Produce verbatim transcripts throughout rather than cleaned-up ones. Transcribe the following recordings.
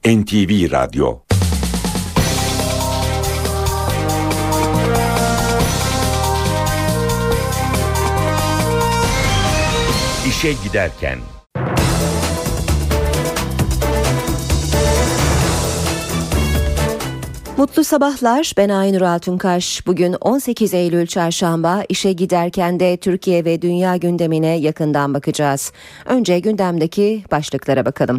N T V Radyo. İşe giderken. Mutlu sabahlar, ben Aynur Altunkaş. Bugün on sekiz Eylül Çarşamba. İşe giderken de Türkiye ve dünya gündemine yakından bakacağız. Önce gündemdeki başlıklara bakalım.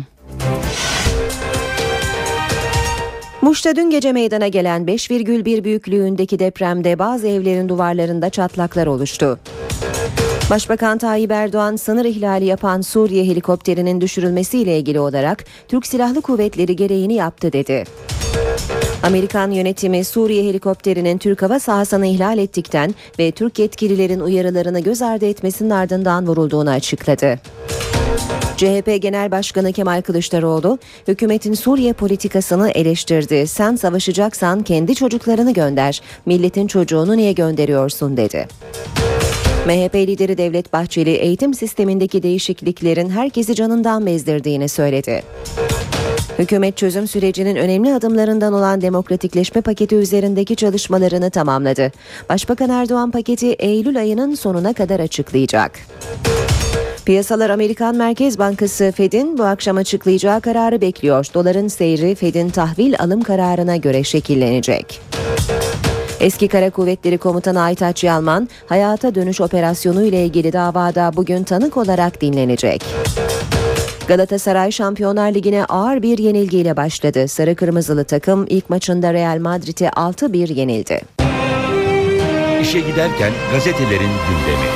Muş'ta dün gece meydana gelen beş virgül bir büyüklüğündeki depremde bazı evlerin duvarlarında çatlaklar oluştu. Başbakan Tayyip Erdoğan, sınır ihlali yapan Suriye helikopterinin düşürülmesiyle ilgili olarak Türk Silahlı Kuvvetleri gereğini yaptı dedi. Amerikan yönetimi Suriye helikopterinin Türk hava sahasını ihlal ettikten ve Türk yetkililerin uyarılarını göz ardı etmesinin ardından vurulduğunu açıkladı. C H P Genel Başkanı Kemal Kılıçdaroğlu, hükümetin Suriye politikasını eleştirdi. Sen savaşacaksan kendi çocuklarını gönder, milletin çocuğunu niye gönderiyorsun dedi. M H P lideri Devlet Bahçeli, eğitim sistemindeki değişikliklerin herkesi canından bezdirdiğini söyledi. Hükümet çözüm sürecinin önemli adımlarından olan demokratikleşme paketi üzerindeki çalışmalarını tamamladı. Başbakan Erdoğan paketi Eylül ayının sonuna kadar açıklayacak. Piyasalar Amerikan Merkez Bankası Fed'in bu akşam açıklayacağı kararı bekliyor. Doların seyri Fed'in tahvil alım kararına göre şekillenecek. Eski Kara Kuvvetleri Komutanı Aytaç Yalman, hayata dönüş operasyonu ile ilgili davada bugün tanık olarak dinlenecek. Galatasaray Şampiyonlar Ligi'ne ağır bir yenilgiyle başladı. Sarı Kırmızılı takım ilk maçında Real Madrid'e altı bir yenildi. İşe giderken gazetelerin gündemi.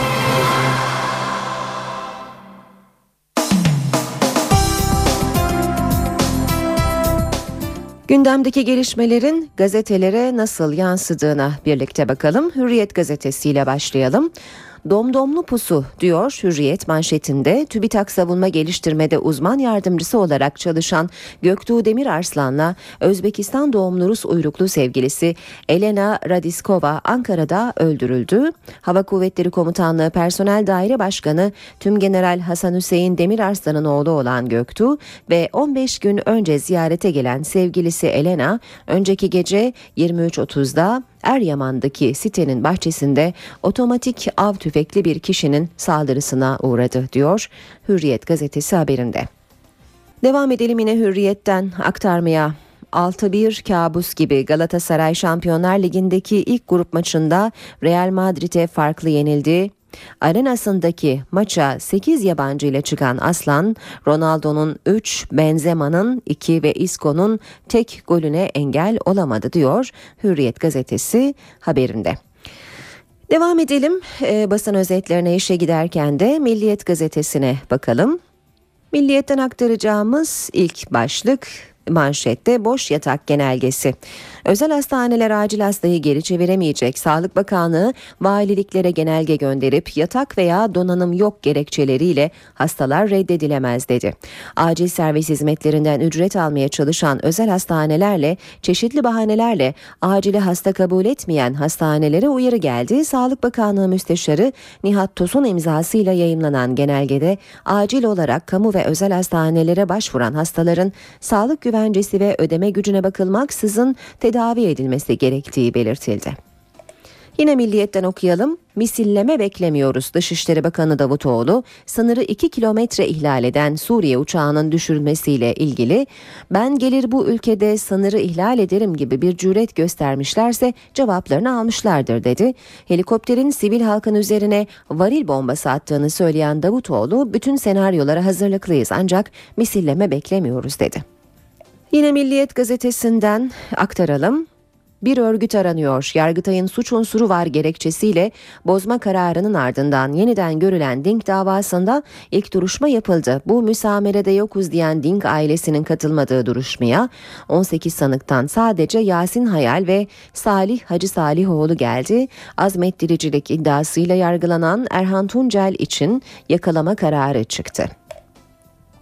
Gündemdeki gelişmelerin gazetelere nasıl yansıdığına birlikte bakalım. Hürriyet gazetesiyle başlayalım. Domdomlu pusu diyor Hürriyet manşetinde. TÜBİTAK Savunma Geliştirme'de uzman yardımcısı olarak çalışan Göktuğ Demirarslan'la Özbekistan doğumlu Rus uyruklu sevgilisi Elena Radiskova Ankara'da öldürüldü. Hava Kuvvetleri Komutanlığı Personel Daire Başkanı Tümgeneral Hasan Hüseyin Demirarslan'ın oğlu olan Göktuğ ve on beş gün önce ziyarete gelen sevgilisi Elena önceki gece yirmi üç otuzda Eryaman'daki sitenin bahçesinde otomatik av tüfekli bir kişinin saldırısına uğradı diyor Hürriyet gazetesi haberinde. Devam edelim yine Hürriyet'ten aktarmaya. altı bir kabus gibi Galatasaray Şampiyonlar Ligi'ndeki ilk grup maçında Real Madrid'e farklı yenildi. Arenasındaki maça sekiz yabancı ile çıkan Aslan, Ronaldo'nun üç, Benzema'nın iki ve Isco'nun tek golüne engel olamadı diyor Hürriyet gazetesi haberinde. Devam edelim e, basın özetlerine işe giderken de Milliyet gazetesine bakalım. Milliyet'ten aktaracağımız ilk başlık manşette boş yatak genelgesi. Özel hastaneler acil hastayı geri çeviremeyecek. Sağlık Bakanlığı valiliklere genelge gönderip yatak veya donanım yok gerekçeleriyle hastalar reddedilemez dedi. Acil servis hizmetlerinden ücret almaya çalışan özel hastanelerle çeşitli bahanelerle acili hasta kabul etmeyen hastanelere uyarı geldi. Sağlık Bakanlığı Müsteşarı Nihat Tosun imzasıyla yayımlanan genelgede acil olarak kamu ve özel hastanelere başvuran hastaların sağlık güvencesi ve ödeme gücüne bakılmaksızın tedavi edilmesi gerektiği belirtildi. Yine Milliyet'ten okuyalım. Misilleme beklemiyoruz. Dışişleri Bakanı Davutoğlu, sınırı iki kilometre ihlal eden Suriye uçağının düşürülmesiyle ilgili ben gelir bu ülkede sınırı ihlal ederim gibi bir cüret göstermişlerse cevaplarını almışlardır dedi. Helikopterin sivil halkın üzerine varil bombası attığını söyleyen Davutoğlu, bütün senaryolara hazırlıklıyız ancak misilleme beklemiyoruz dedi. Yine Milliyet gazetesinden aktaralım. Bir örgüt aranıyor. Yargıtay'ın suç unsuru var gerekçesiyle bozma kararının ardından yeniden görülen Dink davasında ilk duruşma yapıldı. Bu müsamerede yokuz diyen Dink ailesinin katılmadığı duruşmaya on sekiz sanıktan sadece Yasin Hayal ve Salih Hacı Salihoğlu geldi. Azmettiricilik iddiasıyla yargılanan Erhan Tuncel için yakalama kararı çıktı.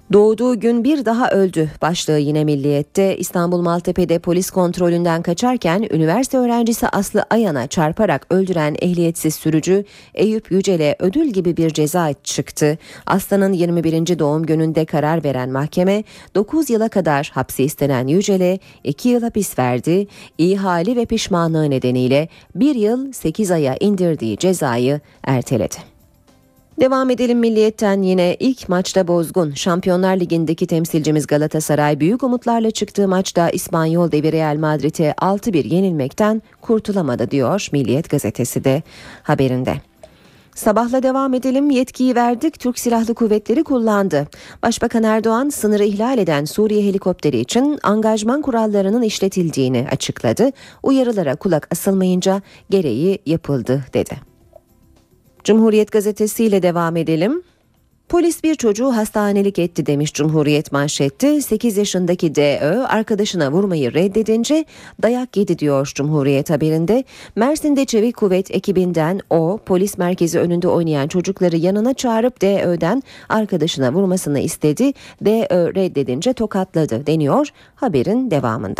Doğduğu gün bir daha öldü başlığı yine Milliyet'te. İstanbul Maltepe'de polis kontrolünden kaçarken üniversite öğrencisi Aslı Ayan'a çarparak öldüren ehliyetsiz sürücü Eyüp Yücel'e ödül gibi bir ceza çıktı. Aslı'nın yirmi birinci doğum gününde karar veren mahkeme dokuz yıla kadar hapsi istenen Yücel'e iki yıl hapis verdi. İyi hali ve pişmanlığı nedeniyle bir yıl sekiz aya indirdiği cezayı erteledi. Devam edelim Milliyet'ten yine ilk maçta bozgun. Şampiyonlar Ligi'ndeki temsilcimiz Galatasaray büyük umutlarla çıktığı maçta İspanyol devi Real Madrid'e altı bir yenilmekten kurtulamadı diyor Milliyet gazetesi de haberinde. Sabahla devam edelim. Yetkiyi verdik, Türk Silahlı Kuvvetleri kullandı. Başbakan Erdoğan sınırı ihlal eden Suriye helikopteri için angajman kurallarının işletildiğini açıkladı. Uyarılara kulak asılmayınca gereği yapıldı dedi. Cumhuriyet gazetesiyle devam edelim. Polis bir çocuğu hastanelik etti demiş Cumhuriyet manşette. sekiz yaşındaki D Ö arkadaşına vurmayı reddedince dayak yedi diyor Cumhuriyet haberinde. Mersin'de Çevik Kuvvet ekibinden o polis merkezi önünde oynayan çocukları yanına çağırıp D Ö'den arkadaşına vurmasını istedi. D Ö reddedince tokatladı deniyor haberin devamında.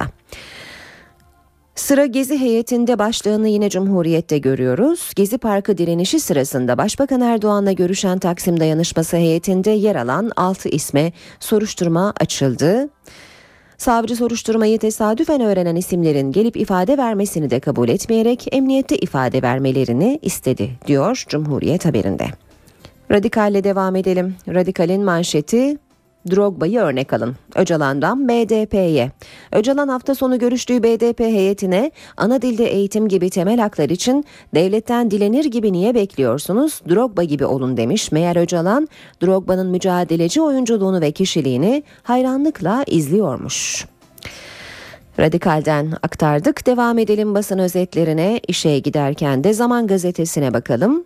Sıra Gezi heyetinde başlığını yine Cumhuriyet'te görüyoruz. Gezi Parkı direnişi sırasında Başbakan Erdoğan'la görüşen Taksim Dayanışması heyetinde yer alan altı isme soruşturma açıldı. Savcı soruşturmayı tesadüfen öğrenen isimlerin gelip ifade vermesini de kabul etmeyerek emniyette ifade vermelerini istedi diyor Cumhuriyet haberinde. Radikal'le devam edelim. Radikal'in manşeti Drogba'yı örnek alın. Öcalan'dan B D P'ye. Öcalan hafta sonu görüştüğü B D P heyetine ana dilde eğitim gibi temel haklar için devletten dilenir gibi niye bekliyorsunuz? Drogba gibi olun demiş. Meğer Öcalan Drogba'nın mücadeleci oyunculuğunu ve kişiliğini hayranlıkla izliyormuş. Radikal'den aktardık. Devam edelim basın özetlerine. İşe giderken de Zaman Gazetesi'ne bakalım.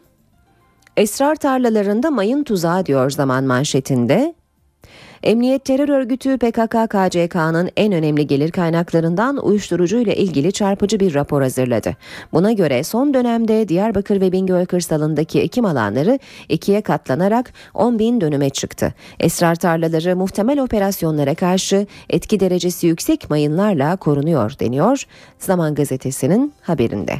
Esrar tarlalarında mayın tuzağı diyor Zaman manşetinde. Emniyet terör örgütü P K K K C K'nın en önemli gelir kaynaklarından uyuşturucu ile ilgili çarpıcı bir rapor hazırladı. Buna göre son dönemde Diyarbakır ve Bingöl kırsalındaki ekim alanları ikiye katlanarak on bin dönüme çıktı. Esrar tarlaları muhtemel operasyonlara karşı etki derecesi yüksek mayınlarla korunuyor deniyor Zaman Gazetesi'nin haberinde.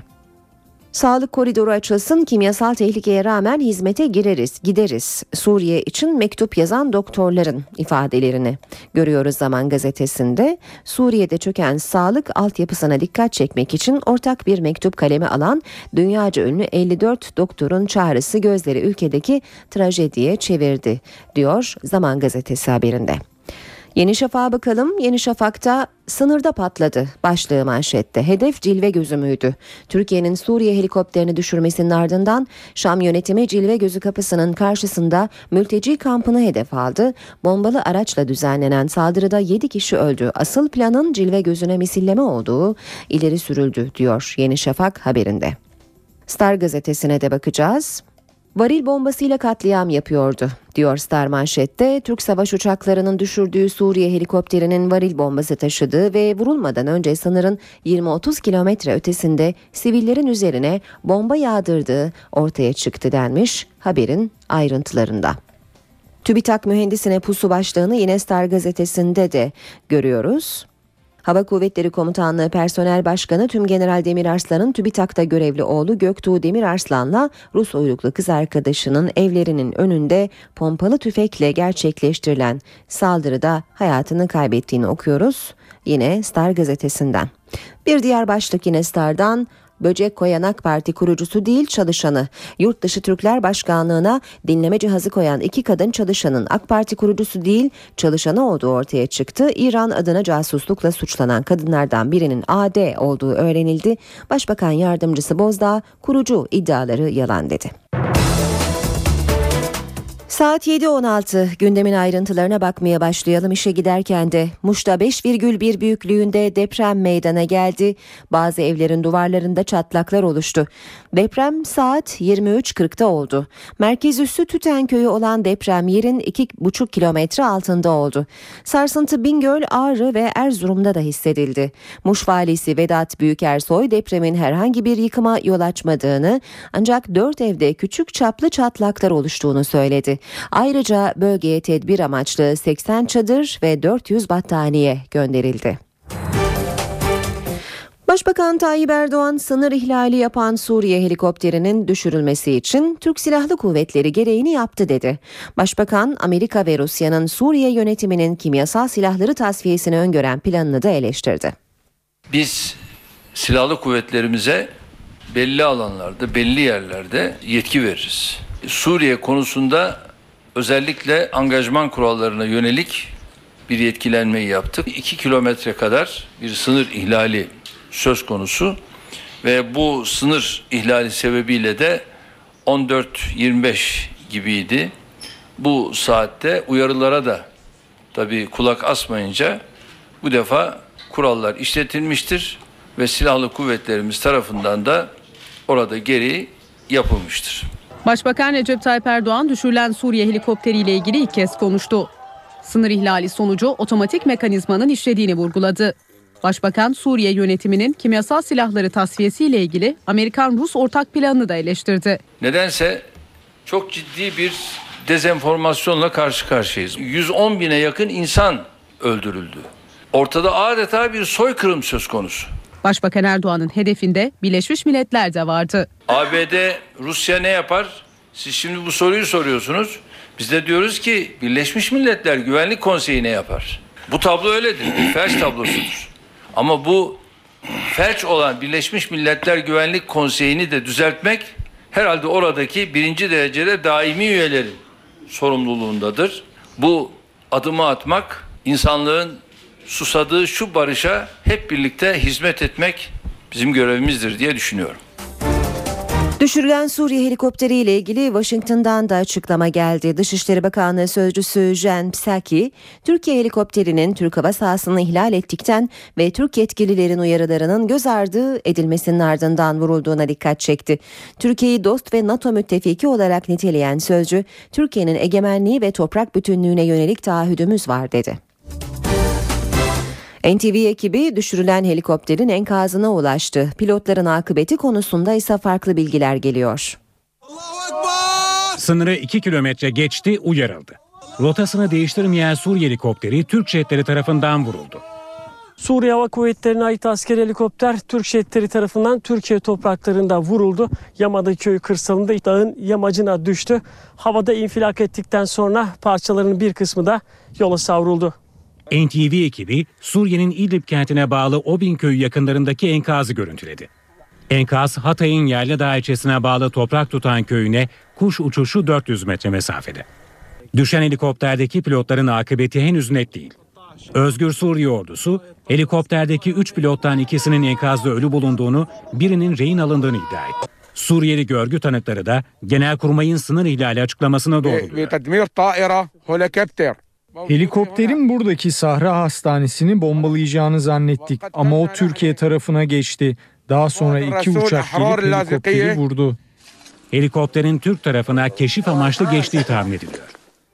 Sağlık koridoru açılsın, kimyasal tehlikeye rağmen hizmete gireriz, gideriz. Suriye için mektup yazan doktorların ifadelerini görüyoruz Zaman Gazetesi'nde. Suriye'de çöken sağlık altyapısına dikkat çekmek için ortak bir mektup kaleme alan dünyaca ünlü elli dört doktorun çağrısı gözleri ülkedeki trajediye çevirdi, diyor Zaman Gazetesi haberinde. Yeni Şafak'a bakalım. Yeni Şafak'ta sınırda patladı başlığı manşette. Hedef Cilve Gözü müydü? Türkiye'nin Suriye helikopterini düşürmesinin ardından Şam yönetimi Cilve Gözü kapısının karşısında mülteci kampını hedef aldı. Bombalı araçla düzenlenen saldırıda yedi kişi öldü. Asıl planın Cilve Gözü'ne misilleme olduğu ileri sürüldü diyor Yeni Şafak haberinde. Star gazetesine de bakacağız. Varil bombasıyla katliam yapıyordu, diyor Star manşette. Türk savaş uçaklarının düşürdüğü Suriye helikopterinin varil bombası taşıdığı ve vurulmadan önce sınırın yirmi otuz kilometre ötesinde sivillerin üzerine bomba yağdırdığı ortaya çıktı denmiş haberin ayrıntılarında. TÜBİTAK mühendisine pusu başlığını yine Star gazetesinde de görüyoruz. Hava Kuvvetleri Komutanlığı Personel Başkanı Tümgeneral Demirarslan'ın TÜBİTAK'ta görevli oğlu Göktuğ Demirarslan'la Rus uyruklu kız arkadaşının evlerinin önünde pompalı tüfekle gerçekleştirilen saldırıda hayatını kaybettiğini okuyoruz. Yine Star gazetesinden. Bir diğer başlık yine Star'dan. Böcek koyan AK Parti kurucusu değil çalışanı. Yurtdışı Türkler Başkanlığı'na dinleme cihazı koyan iki kadın çalışanın AK Parti kurucusu değil çalışanı olduğu ortaya çıktı. İran adına casuslukla suçlanan kadınlardan birinin A D olduğu öğrenildi. Başbakan Yardımcısı Bozdağ kurucu iddiaları yalan dedi. Saat yedi on altı, gündemin ayrıntılarına bakmaya başlayalım. İşe giderken de Muş'ta beş virgül bir büyüklüğünde deprem meydana geldi. Bazı evlerin duvarlarında çatlaklar oluştu. Deprem saat yirmi üç kırkta oldu. Merkez üssü Tüten köyü olan deprem yerin iki buçuk kilometre altında oldu. Sarsıntı Bingöl, Ağrı ve Erzurum'da da hissedildi. Muş valisi Vedat Büyükersoy depremin herhangi bir yıkıma yol açmadığını ancak dört evde küçük çaplı çatlaklar oluştuğunu söyledi. Ayrıca bölgeye tedbir amaçlı seksen çadır ve dört yüz battaniye gönderildi. Başbakan Tayyip Erdoğan, sınır ihlali yapan Suriye helikopterinin düşürülmesi için Türk Silahlı Kuvvetleri gereğini yaptı dedi. Başbakan, Amerika ve Rusya'nın Suriye yönetiminin kimyasal silahları tasfiyesini öngören planını da eleştirdi. Biz silahlı kuvvetlerimize belli alanlarda, belli yerlerde yetki veririz. Suriye konusunda özellikle angajman kurallarına yönelik bir yetkilenmeyi yaptık. iki kilometre kadar bir sınır ihlali söz konusu ve bu sınır ihlali sebebiyle de on dört yirmi beş gibiydi. Bu saatte uyarılara da tabii kulak asmayınca bu defa kurallar işletilmiştir ve silahlı kuvvetlerimiz tarafından da orada gereği yapılmıştır. Başbakan Recep Tayyip Erdoğan düşürülen Suriye helikopteriyle ilgili ilk kez konuştu. Sınır ihlali sonucu otomatik mekanizmanın işlediğini vurguladı. Başbakan, Suriye yönetiminin kimyasal silahları tasfiyesiyle ilgili Amerikan-Rus ortak planını da eleştirdi. Nedense çok ciddi bir dezenformasyonla karşı karşıyayız. yüz on bine yakın insan öldürüldü. Ortada adeta bir soykırım söz konusu. Başbakan Erdoğan'ın hedefinde Birleşmiş Milletler de vardı. A B D, Rusya ne yapar? Siz şimdi bu soruyu soruyorsunuz. Biz de diyoruz ki Birleşmiş Milletler Güvenlik Konseyi ne yapar? Bu tablo öyledir. Bir felç tablosudur. Ama bu felç olan Birleşmiş Milletler Güvenlik Konseyi'ni de düzeltmek herhalde oradaki birinci derecede daimi üyelerin sorumluluğundadır. Bu adımı atmak, insanlığın susadığı şu barışa hep birlikte hizmet etmek bizim görevimizdir diye düşünüyorum. Düşürülen Suriye helikopteriyle ilgili Washington'dan da açıklama geldi. Dışişleri Bakanlığı Sözcüsü Jen Psaki, Türkiye helikopterinin Türk hava sahasını ihlal ettikten ve Türk yetkililerin uyarılarının göz ardı edilmesinin ardından vurulduğuna dikkat çekti. Türkiye'yi dost ve NATO müttefiki olarak niteleyen sözcü, Türkiye'nin egemenliği ve toprak bütünlüğüne yönelik taahhüdümüz var dedi. N T V ekibi düşürülen helikopterin enkazına ulaştı. Pilotların akıbeti konusunda ise farklı bilgiler geliyor. Sınırı iki kilometre geçti, uyarıldı. Rotasını değiştirmeyen Suriye helikopteri Türk jetleri tarafından vuruldu. Suriye Hava Kuvvetleri'ne ait askeri helikopter Türk jetleri tarafından Türkiye topraklarında vuruldu. Yamada köyü kırsalında dağın yamacına düştü. Havada infilak ettikten sonra parçalarının bir kısmı da yola savruldu. N T V ekibi Suriye'nin İdlib kentine bağlı Obin köyü yakınlarındaki enkazı görüntüledi. Enkaz, Hatay'ın Yerlidağ ilçesine bağlı Toprak Tutan köyüne kuş uçuşu dört yüz metre mesafede. Düşen helikopterdeki pilotların akıbeti henüz net değil. Özgür Suriye Ordusu, helikopterdeki üç pilottan ikisinin enkazda ölü bulunduğunu, birinin rehin alındığını iddia etti. Suriyeli görgü tanıkları da Genelkurmay'ın sınır ihlali açıklamasına doğruluyor. Helikopterin buradaki Sahra Hastanesi'ni bombalayacağını zannettik ama o Türkiye tarafına geçti. Daha sonra iki uçak gelip helikopteri vurdu. Helikopterin Türk tarafına keşif amaçlı geçtiği tahmin ediliyor.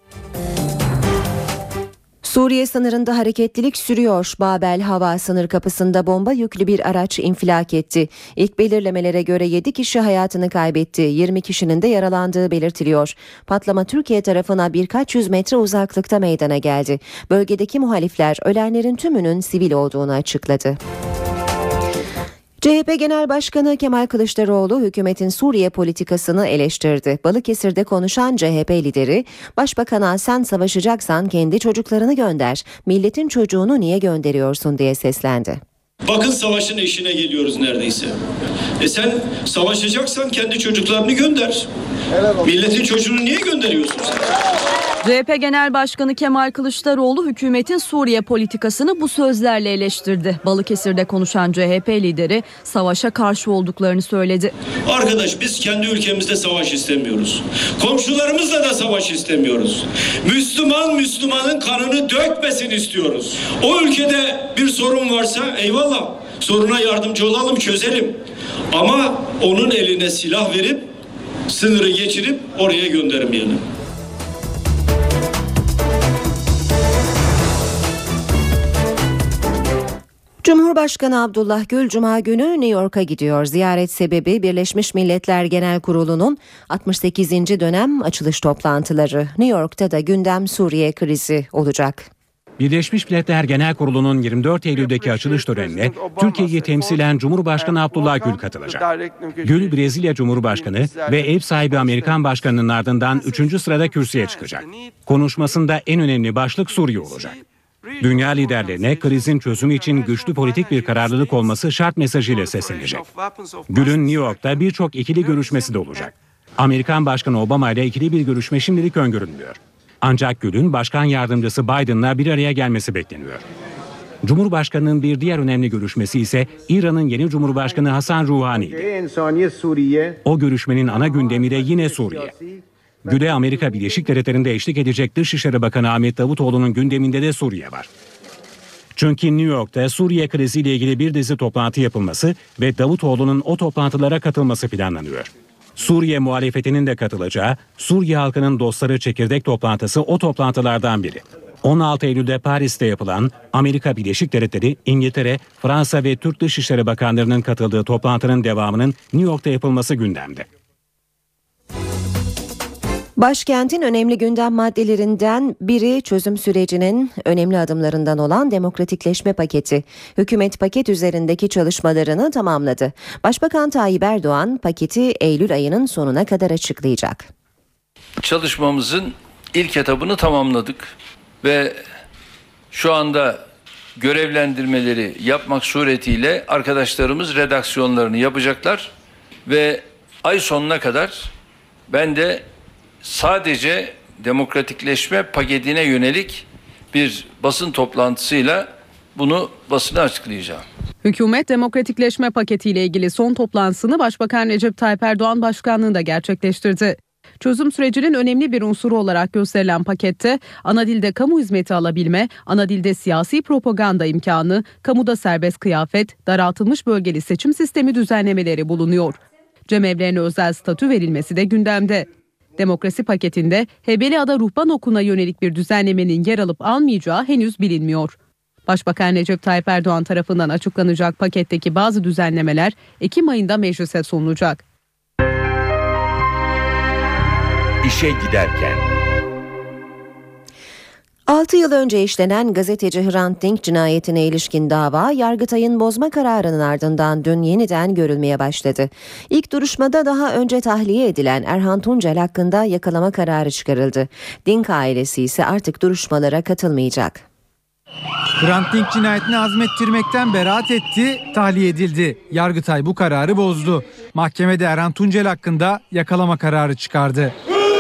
Suriye sınırında hareketlilik sürüyor. Babel hava sınır kapısında bomba yüklü bir araç infilak etti. İlk belirlemelere göre yedi kişi hayatını kaybetti. yirmi kişinin de yaralandığı belirtiliyor. Patlama Türkiye tarafına birkaç yüz metre uzaklıkta meydana geldi. Bölgedeki muhalifler ölenlerin tümünün sivil olduğunu açıkladı. C H P Genel Başkanı Kemal Kılıçdaroğlu hükümetin Suriye politikasını eleştirdi. Balıkesir'de konuşan C H P lideri, "Başbakan'a sen savaşacaksan kendi çocuklarını gönder, milletin çocuğunu niye gönderiyorsun?" diye seslendi. Bakın savaşın eşiğine geliyoruz neredeyse. E sen savaşacaksan kendi çocuklarını gönder. Milletin çocuğunu niye gönderiyorsun sen? C H P Genel Başkanı Kemal Kılıçdaroğlu hükümetin Suriye politikasını bu sözlerle eleştirdi. Balıkesir'de konuşan C H P lideri savaşa karşı olduklarını söyledi. Arkadaş biz kendi ülkemizde savaş istemiyoruz. Komşularımızla da savaş istemiyoruz. Müslüman Müslümanın kanını dökmesin istiyoruz. O ülkede bir sorun varsa eyvallah soruna yardımcı olalım, çözelim. Ama onun eline silah verip sınırı geçirip oraya göndermeyelim. Cumhurbaşkanı Abdullah Gül Cuma günü New York'a gidiyor. Ziyaret sebebi Birleşmiş Milletler Genel Kurulu'nun altmış sekizinci dönem açılış toplantıları. New York'ta da gündem Suriye krizi olacak. Birleşmiş Milletler Genel Kurulu'nun yirmi dört Eylül'deki açılış törenine Türkiye'yi temsilen Cumhurbaşkanı Abdullah Gül katılacak. Gül, Brezilya Cumhurbaşkanı ve ev sahibi Amerikan Başkanı'nın ardından üçüncü sırada kürsüye çıkacak. Konuşmasında en önemli başlık Suriye olacak. Dünya liderlerine krizin çözümü için güçlü politik bir kararlılık olması şart mesajıyla seslenecek. Gül'ün New York'ta birçok ikili görüşmesi de olacak. Amerikan Başkanı Obama ile ikili bir görüşme şimdilik öngörülmüyor. Ancak Gül'ün Başkan Yardımcısı Biden'la bir araya gelmesi bekleniyor. Cumhurbaşkanının bir diğer önemli görüşmesi ise İran'ın yeni Cumhurbaşkanı Hasan Ruhani'ydi. O görüşmenin ana gündemi de yine Suriye. Gül'e Amerika Birleşik Devletleri'nde eşlik edecek Dışişleri Bakanı Ahmet Davutoğlu'nun gündeminde de Suriye var. Çünkü New York'ta Suriye kriziyle ilgili bir dizi toplantı yapılması ve Davutoğlu'nun o toplantılara katılması planlanıyor. Suriye muhalefetinin de katılacağı Suriye halkının dostları çekirdek toplantısı o toplantılardan biri. on altı Eylül'de Paris'te yapılan Amerika Birleşik Devletleri, İngiltere, Fransa ve Türk Dışişleri Bakanlarının katıldığı toplantının devamının New York'ta yapılması gündemde. Başkentin önemli gündem maddelerinden biri çözüm sürecinin önemli adımlarından olan demokratikleşme paketi. Hükümet paket üzerindeki çalışmalarını tamamladı. Başbakan Tayyip Erdoğan paketi Eylül ayının sonuna kadar açıklayacak. Çalışmamızın ilk etabını tamamladık ve şu anda görevlendirmeleri yapmak suretiyle arkadaşlarımız redaksiyonlarını yapacaklar ve ay sonuna kadar ben de sadece demokratikleşme paketine yönelik bir basın toplantısıyla bunu basına açıklayacağım. Hükümet demokratikleşme paketiyle ilgili son toplantısını Başbakan Recep Tayyip Erdoğan başkanlığında gerçekleştirdi. Çözüm sürecinin önemli bir unsuru olarak gösterilen pakette ana dilde kamu hizmeti alabilme, ana dilde siyasi propaganda imkanı, kamuda serbest kıyafet, daraltılmış bölgeli seçim sistemi düzenlemeleri bulunuyor. Cemevlerine özel statü verilmesi de gündemde. Demokrasi paketinde Hebeliada Ruhban Okulu'na yönelik bir düzenlemenin yer alıp almayacağı henüz bilinmiyor. Başbakan Recep Tayyip Erdoğan tarafından açıklanacak paketteki bazı düzenlemeler Ekim ayında meclise sunulacak. İşe giderken. altı yıl önce işlenen gazeteci Hrant Dink cinayetine ilişkin dava Yargıtay'ın bozma kararının ardından dün yeniden görülmeye başladı. İlk duruşmada daha önce tahliye edilen Erhan Tuncel hakkında yakalama kararı çıkarıldı. Dink ailesi ise artık duruşmalara katılmayacak. Hrant Dink cinayetini azmettirmekten beraat etti, tahliye edildi. Yargıtay bu kararı bozdu. Mahkemede Erhan Tuncel hakkında yakalama kararı çıkardı.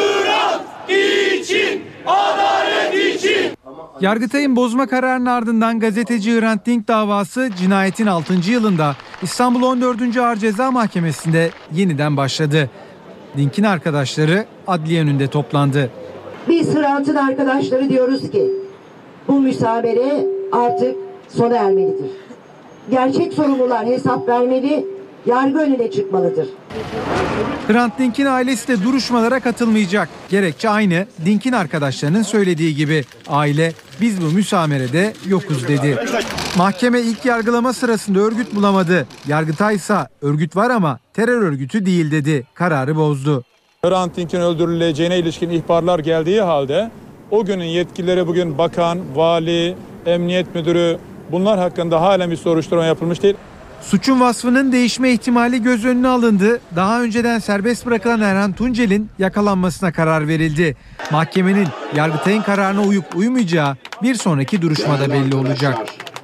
Yargıtay'ın bozma kararının ardından gazeteci Hrant Dink davası cinayetin altıncı yılında İstanbul on dördüncü Ağır Ceza Mahkemesi'nde yeniden başladı. Dink'in arkadaşları adliye önünde toplandı. Biz Hrant'ın arkadaşları diyoruz ki bu müsabere artık sona ermelidir. Gerçek sorumlular hesap vermeli, yargı önüne çıkmalıdır. Hrant Dink'in ailesi de duruşmalara katılmayacak. Gerekçe aynı, Dink'in arkadaşlarının söylediği gibi. Aile, biz bu müsamerede yokuz dedi. Mahkeme ilk yargılama sırasında örgüt bulamadı. Yargıtay ise örgüt var ama terör örgütü değil dedi. Kararı bozdu. Hrant Dink'in öldürüleceğine ilişkin ihbarlar geldiği halde o günün yetkilileri bugün bakan, vali, emniyet müdürü bunlar hakkında halen bir soruşturma yapılmış değil. Suçun vasfının değişme ihtimali göz önüne alındı. Daha önceden serbest bırakılan Erhan Tuncel'in yakalanmasına karar verildi. Mahkemenin Yargıtay'ın kararına uyup uymayacağı bir sonraki duruşmada belli olacak.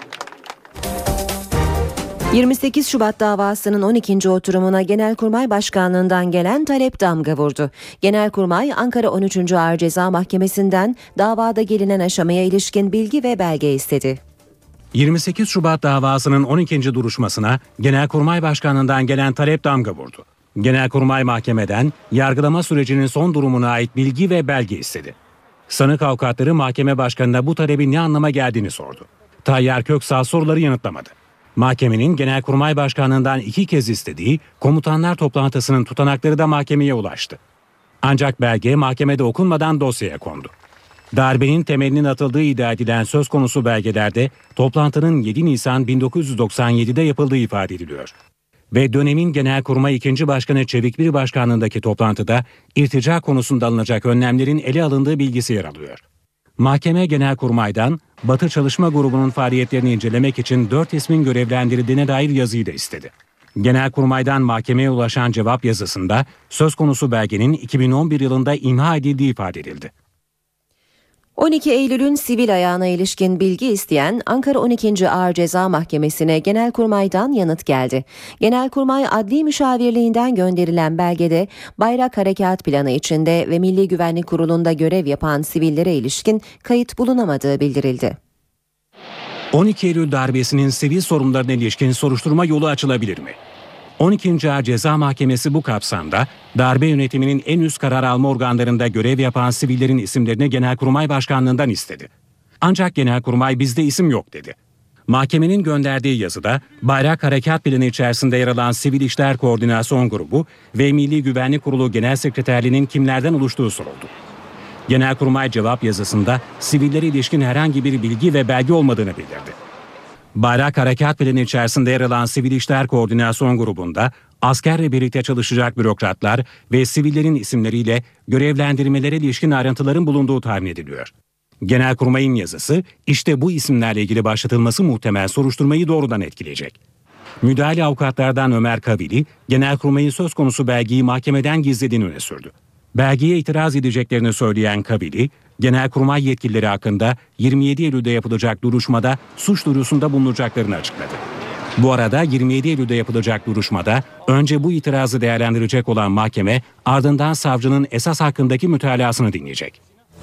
yirmi sekiz Şubat davasının on ikinci oturumuna Genelkurmay Başkanlığından gelen talep damga vurdu. Genelkurmay Ankara on üçüncü Ağır Ceza Mahkemesi'nden davada gelinen aşamaya ilişkin bilgi ve belge istedi. yirmi sekiz Şubat davasının on ikinci duruşmasına Genelkurmay Başkanlığından gelen talep damga vurdu. Genelkurmay mahkemeden yargılama sürecinin son durumuna ait bilgi ve belge istedi. Sanık avukatları mahkeme başkanına bu talebin ne anlama geldiğini sordu. Tayyar Köksal soruları yanıtlamadı. Mahkemenin Genelkurmay Başkanlığından iki kez istediği komutanlar toplantısının tutanakları da mahkemeye ulaştı. Ancak belge mahkemede okunmadan dosyaya kondu. Darbenin temelinin atıldığı iddia edilen söz konusu belgelerde toplantının yedi Nisan bin dokuz yüz doksan yedi'de yapıldığı ifade ediliyor. Ve dönemin Genelkurmay ikinci Başkanı Çevikbir Başkanlığındaki toplantıda irtica konusunda alınacak önlemlerin ele alındığı bilgisi yer alıyor. Mahkeme Genelkurmay'dan Batı Çalışma Grubu'nun faaliyetlerini incelemek için dört ismin görevlendirildiğine dair yazıyı da istedi. Genelkurmay'dan mahkemeye ulaşan cevap yazısında söz konusu belgenin iki bin on bir yılında imha edildiği ifade edildi. on iki Eylül'ün sivil ayağına ilişkin bilgi isteyen Ankara on ikinci Ağır Ceza Mahkemesi'ne Genelkurmay'dan yanıt geldi. Genelkurmay Adli Müşavirliğinden gönderilen belgede Bayrak Harekat Planı içinde ve Milli Güvenlik Kurulu'nda görev yapan sivillere ilişkin kayıt bulunamadığı bildirildi. on iki Eylül darbesinin sivil sorunlarına ilişkin soruşturma yolu açılabilir mi? on ikinci Ağır Ceza Mahkemesi bu kapsamda darbe yönetiminin en üst karar alma organlarında görev yapan sivillerin isimlerini Genelkurmay Başkanlığından istedi. Ancak Genelkurmay bizde isim yok dedi. Mahkemenin gönderdiği yazıda Bayrak Harekat Planı içerisinde yer alan Sivil İşler Koordinasyon Grubu ve Milli Güvenlik Kurulu Genel Sekreterliğinin kimlerden oluştuğu soruldu. Genelkurmay cevap yazısında sivillere ilişkin herhangi bir bilgi ve belge olmadığını bildirdi. Bayrak Harekat Planı içerisinde yer alan Sivil İşler Koordinasyon Grubu'nda askerle birlikte çalışacak bürokratlar ve sivillerin isimleriyle görevlendirmelere ilişkin ayrıntıların bulunduğu tahmin ediliyor. Genelkurmay'ın yazısı işte bu isimlerle ilgili başlatılması muhtemel soruşturmayı doğrudan etkileyecek. Müdahale avukatlardan Ömer Kavili, Genelkurmay'ın söz konusu belgeyi mahkemeden gizlediğini öne sürdü. Belgeye itiraz edeceklerini söyleyen Kavili, Genelkurmay yetkilileri hakkında yirmi yedi Eylül'de yapılacak duruşmada suç duyurusunda bulunacaklarını açıkladı. Bu arada yirmi yedi Eylül'de yapılacak duruşmada önce bu itirazı değerlendirecek olan mahkeme ardından savcının esas hakkındaki mütalasını dinleyecek.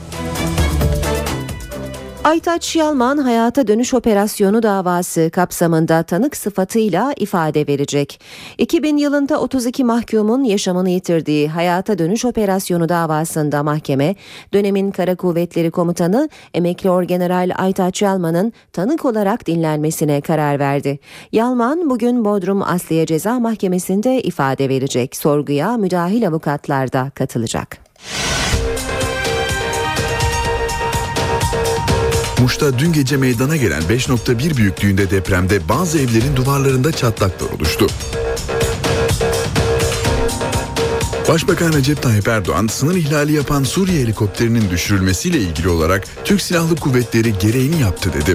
Aytaç Yalman hayata dönüş operasyonu davası kapsamında tanık sıfatıyla ifade verecek. iki bin yılında otuz iki mahkumun yaşamını yitirdiği hayata dönüş operasyonu davasında mahkeme, dönemin Kara Kuvvetleri Komutanı Emekli Orgeneral Aytaç Yalman'ın tanık olarak dinlenmesine karar verdi. Yalman bugün Bodrum Asliye Ceza Mahkemesi'nde ifade verecek. Sorguya müdahil avukatlar da katılacak. Muş'ta dün gece meydana gelen beş nokta bir büyüklüğünde depremde bazı evlerin duvarlarında çatlaklar oluştu. Başbakan Recep Tayyip Erdoğan, sınır ihlali yapan Suriye helikopterinin düşürülmesiyle ilgili olarak Türk Silahlı Kuvvetleri gereğini yaptı dedi.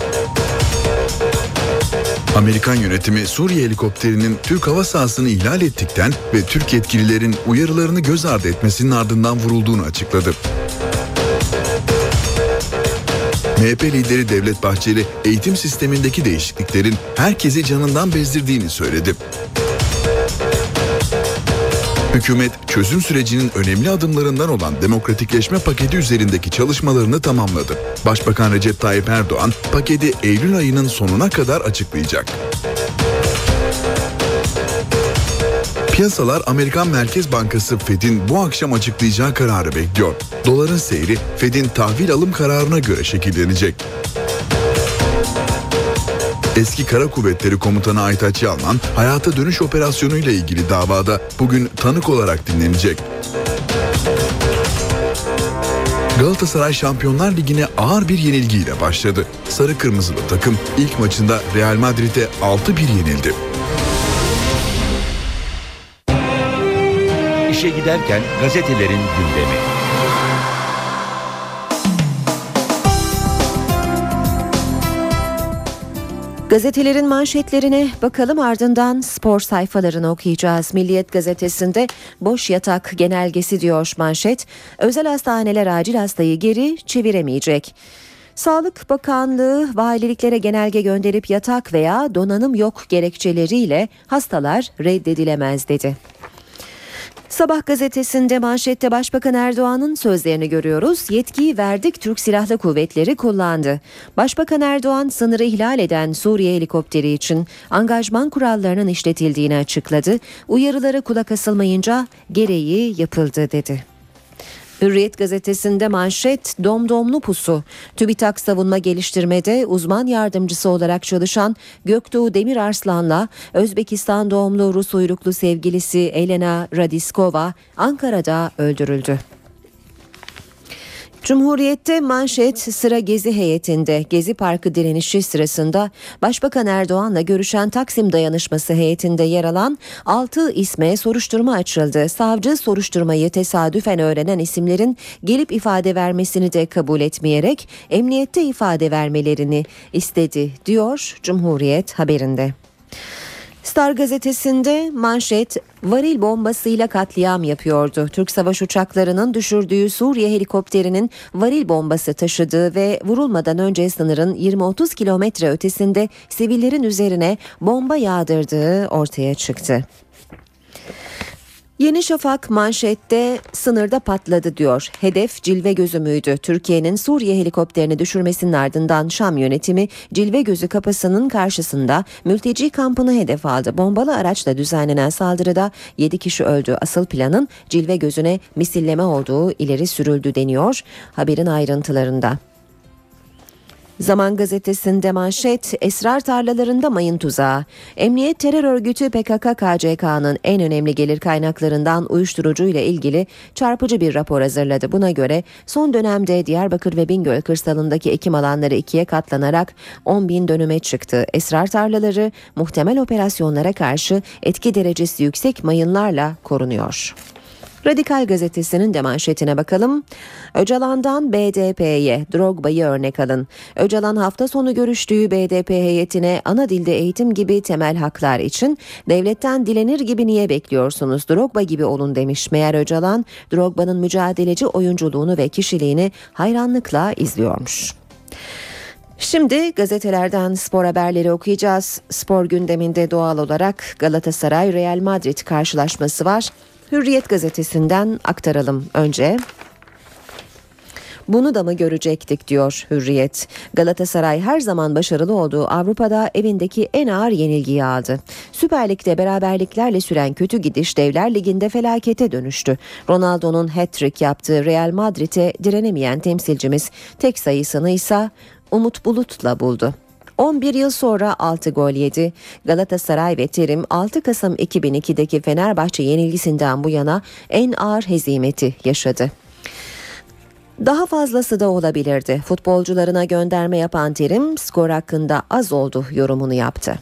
Amerikan yönetimi Suriye helikopterinin Türk hava sahasını ihlal ettikten ve Türk yetkililerin uyarılarını göz ardı etmesinin ardından vurulduğunu açıkladı. M H P lideri Devlet Bahçeli, eğitim sistemindeki değişikliklerin herkesi canından bezdirdiğini söyledi. Hükümet, çözüm sürecinin önemli adımlarından olan demokratikleşme paketi üzerindeki çalışmalarını tamamladı. Başbakan Recep Tayyip Erdoğan, paketi Eylül ayının sonuna kadar açıklayacak. Piyasalar Amerikan Merkez Bankası Fed'in bu akşam açıklayacağı kararı bekliyor. Doların seyri Fed'in tahvil alım kararına göre şekillenecek. Eski Kara Kuvvetleri Komutanı Aytaç Yalman, hayata dönüş operasyonuyla ilgili davada bugün tanık olarak dinlenecek. Galatasaray Şampiyonlar Ligi'ne ağır bir yenilgiyle başladı. Sarı Kırmızılı takım ilk maçında Real Madrid'e altı bir yenildi. İşe giderken gazetelerin gündemi. Gazetelerin manşetlerine bakalım, ardından spor sayfalarını okuyacağız. Milliyet gazetesinde boş yatak genelgesi diyor manşet. Özel hastaneler acil hastayı geri çeviremeyecek. Sağlık Bakanlığı valiliklere genelge gönderip yatak veya donanım yok gerekçeleriyle hastalar reddedilemez dedi. Sabah gazetesinde manşette Başbakan Erdoğan'ın sözlerini görüyoruz. Yetkiyi verdik, Türk Silahlı Kuvvetleri kullandı. Başbakan Erdoğan sınırı ihlal eden Suriye helikopteri için angajman kurallarının işletildiğini açıkladı. Uyarılara kulak asılmayınca gereği yapıldı dedi. Hürriyet gazetesinde manşet domdomlu pusu. TÜBİTAK savunma geliştirmede uzman yardımcısı olarak çalışan Göktuğ Demirarslan'la Özbekistan doğumlu Rus uyruklu sevgilisi Elena Radiskova Ankara'da öldürüldü. Cumhuriyet'te manşet sıra Gezi heyetinde. Gezi Parkı direnişi sırasında Başbakan Erdoğan'la görüşen Taksim Dayanışması heyetinde yer alan altı isme soruşturma açıldı. Savcı soruşturmayı tesadüfen öğrenen isimlerin gelip ifade vermesini de kabul etmeyerek emniyette ifade vermelerini istedi, diyor Cumhuriyet haberinde. Star gazetesinde manşet varil bombasıyla katliam yapıyordu. Türk savaş uçaklarının düşürdüğü Suriye helikopterinin varil bombası taşıdığı ve vurulmadan önce sınırın yirmi otuz kilometre ötesinde sivillerin üzerine bomba yağdırdığı ortaya çıktı. Yeni Şafak manşette sınırda patladı diyor. Hedef Cilve Gözü müydü? Türkiye'nin Suriye helikopterini düşürmesinin ardından Şam yönetimi Cilve Gözü kapısının karşısında mülteci kampını hedef aldı. Bombalı araçla düzenlenen saldırıda yedi kişi öldü. Asıl planın Cilve Gözü'ne misilleme olduğu ileri sürüldü deniyor haberin ayrıntılarında. Zaman gazetesinde manşet esrar tarlalarında mayın tuzağı. Emniyet terör örgütü P K K K C K'nın en önemli gelir kaynaklarından uyuşturucu ile ilgili çarpıcı bir rapor hazırladı. Buna göre son dönemde Diyarbakır ve Bingöl kırsalındaki ekim alanları ikiye katlanarak on bin dönüme çıktı. Esrar tarlaları muhtemel operasyonlara karşı etki derecesi yüksek mayınlarla korunuyor. Radikal gazetesinin de manşetine bakalım. Öcalan'dan B D P'ye Drogba'yı örnek alın. Öcalan hafta sonu görüştüğü B D P heyetine ana dilde eğitim gibi temel haklar için devletten dilenir gibi niye bekliyorsunuz? Drogba gibi olun demiş. Meğer Öcalan Drogba'nın mücadeleci oyunculuğunu ve kişiliğini hayranlıkla izliyormuş. Şimdi gazetelerden spor haberleri okuyacağız. Spor gündeminde doğal olarak Galatasaray Real Madrid karşılaşması var. Hürriyet gazetesinden aktaralım önce. Bunu da mı görecektik diyor Hürriyet. Galatasaray her zaman başarılı olduğu Avrupa'da evindeki en ağır yenilgiyi aldı. Süper Lig'de beraberliklerle süren kötü gidiş Devler Ligi'nde felakete dönüştü. Ronaldo'nun hat-trick yaptığı Real Madrid'e direnemeyen temsilcimiz tek sayısını ise Umut Bulut'la buldu. on bir yıl sonra altı gol yedi. Galatasaray ve Terim altı Kasım iki bin ikideki Fenerbahçe yenilgisinden bu yana en ağır hezimeti yaşadı. Daha fazlası da olabilirdi. Futbolcularına gönderme yapan Terim skor hakkında az oldu yorumunu yaptı.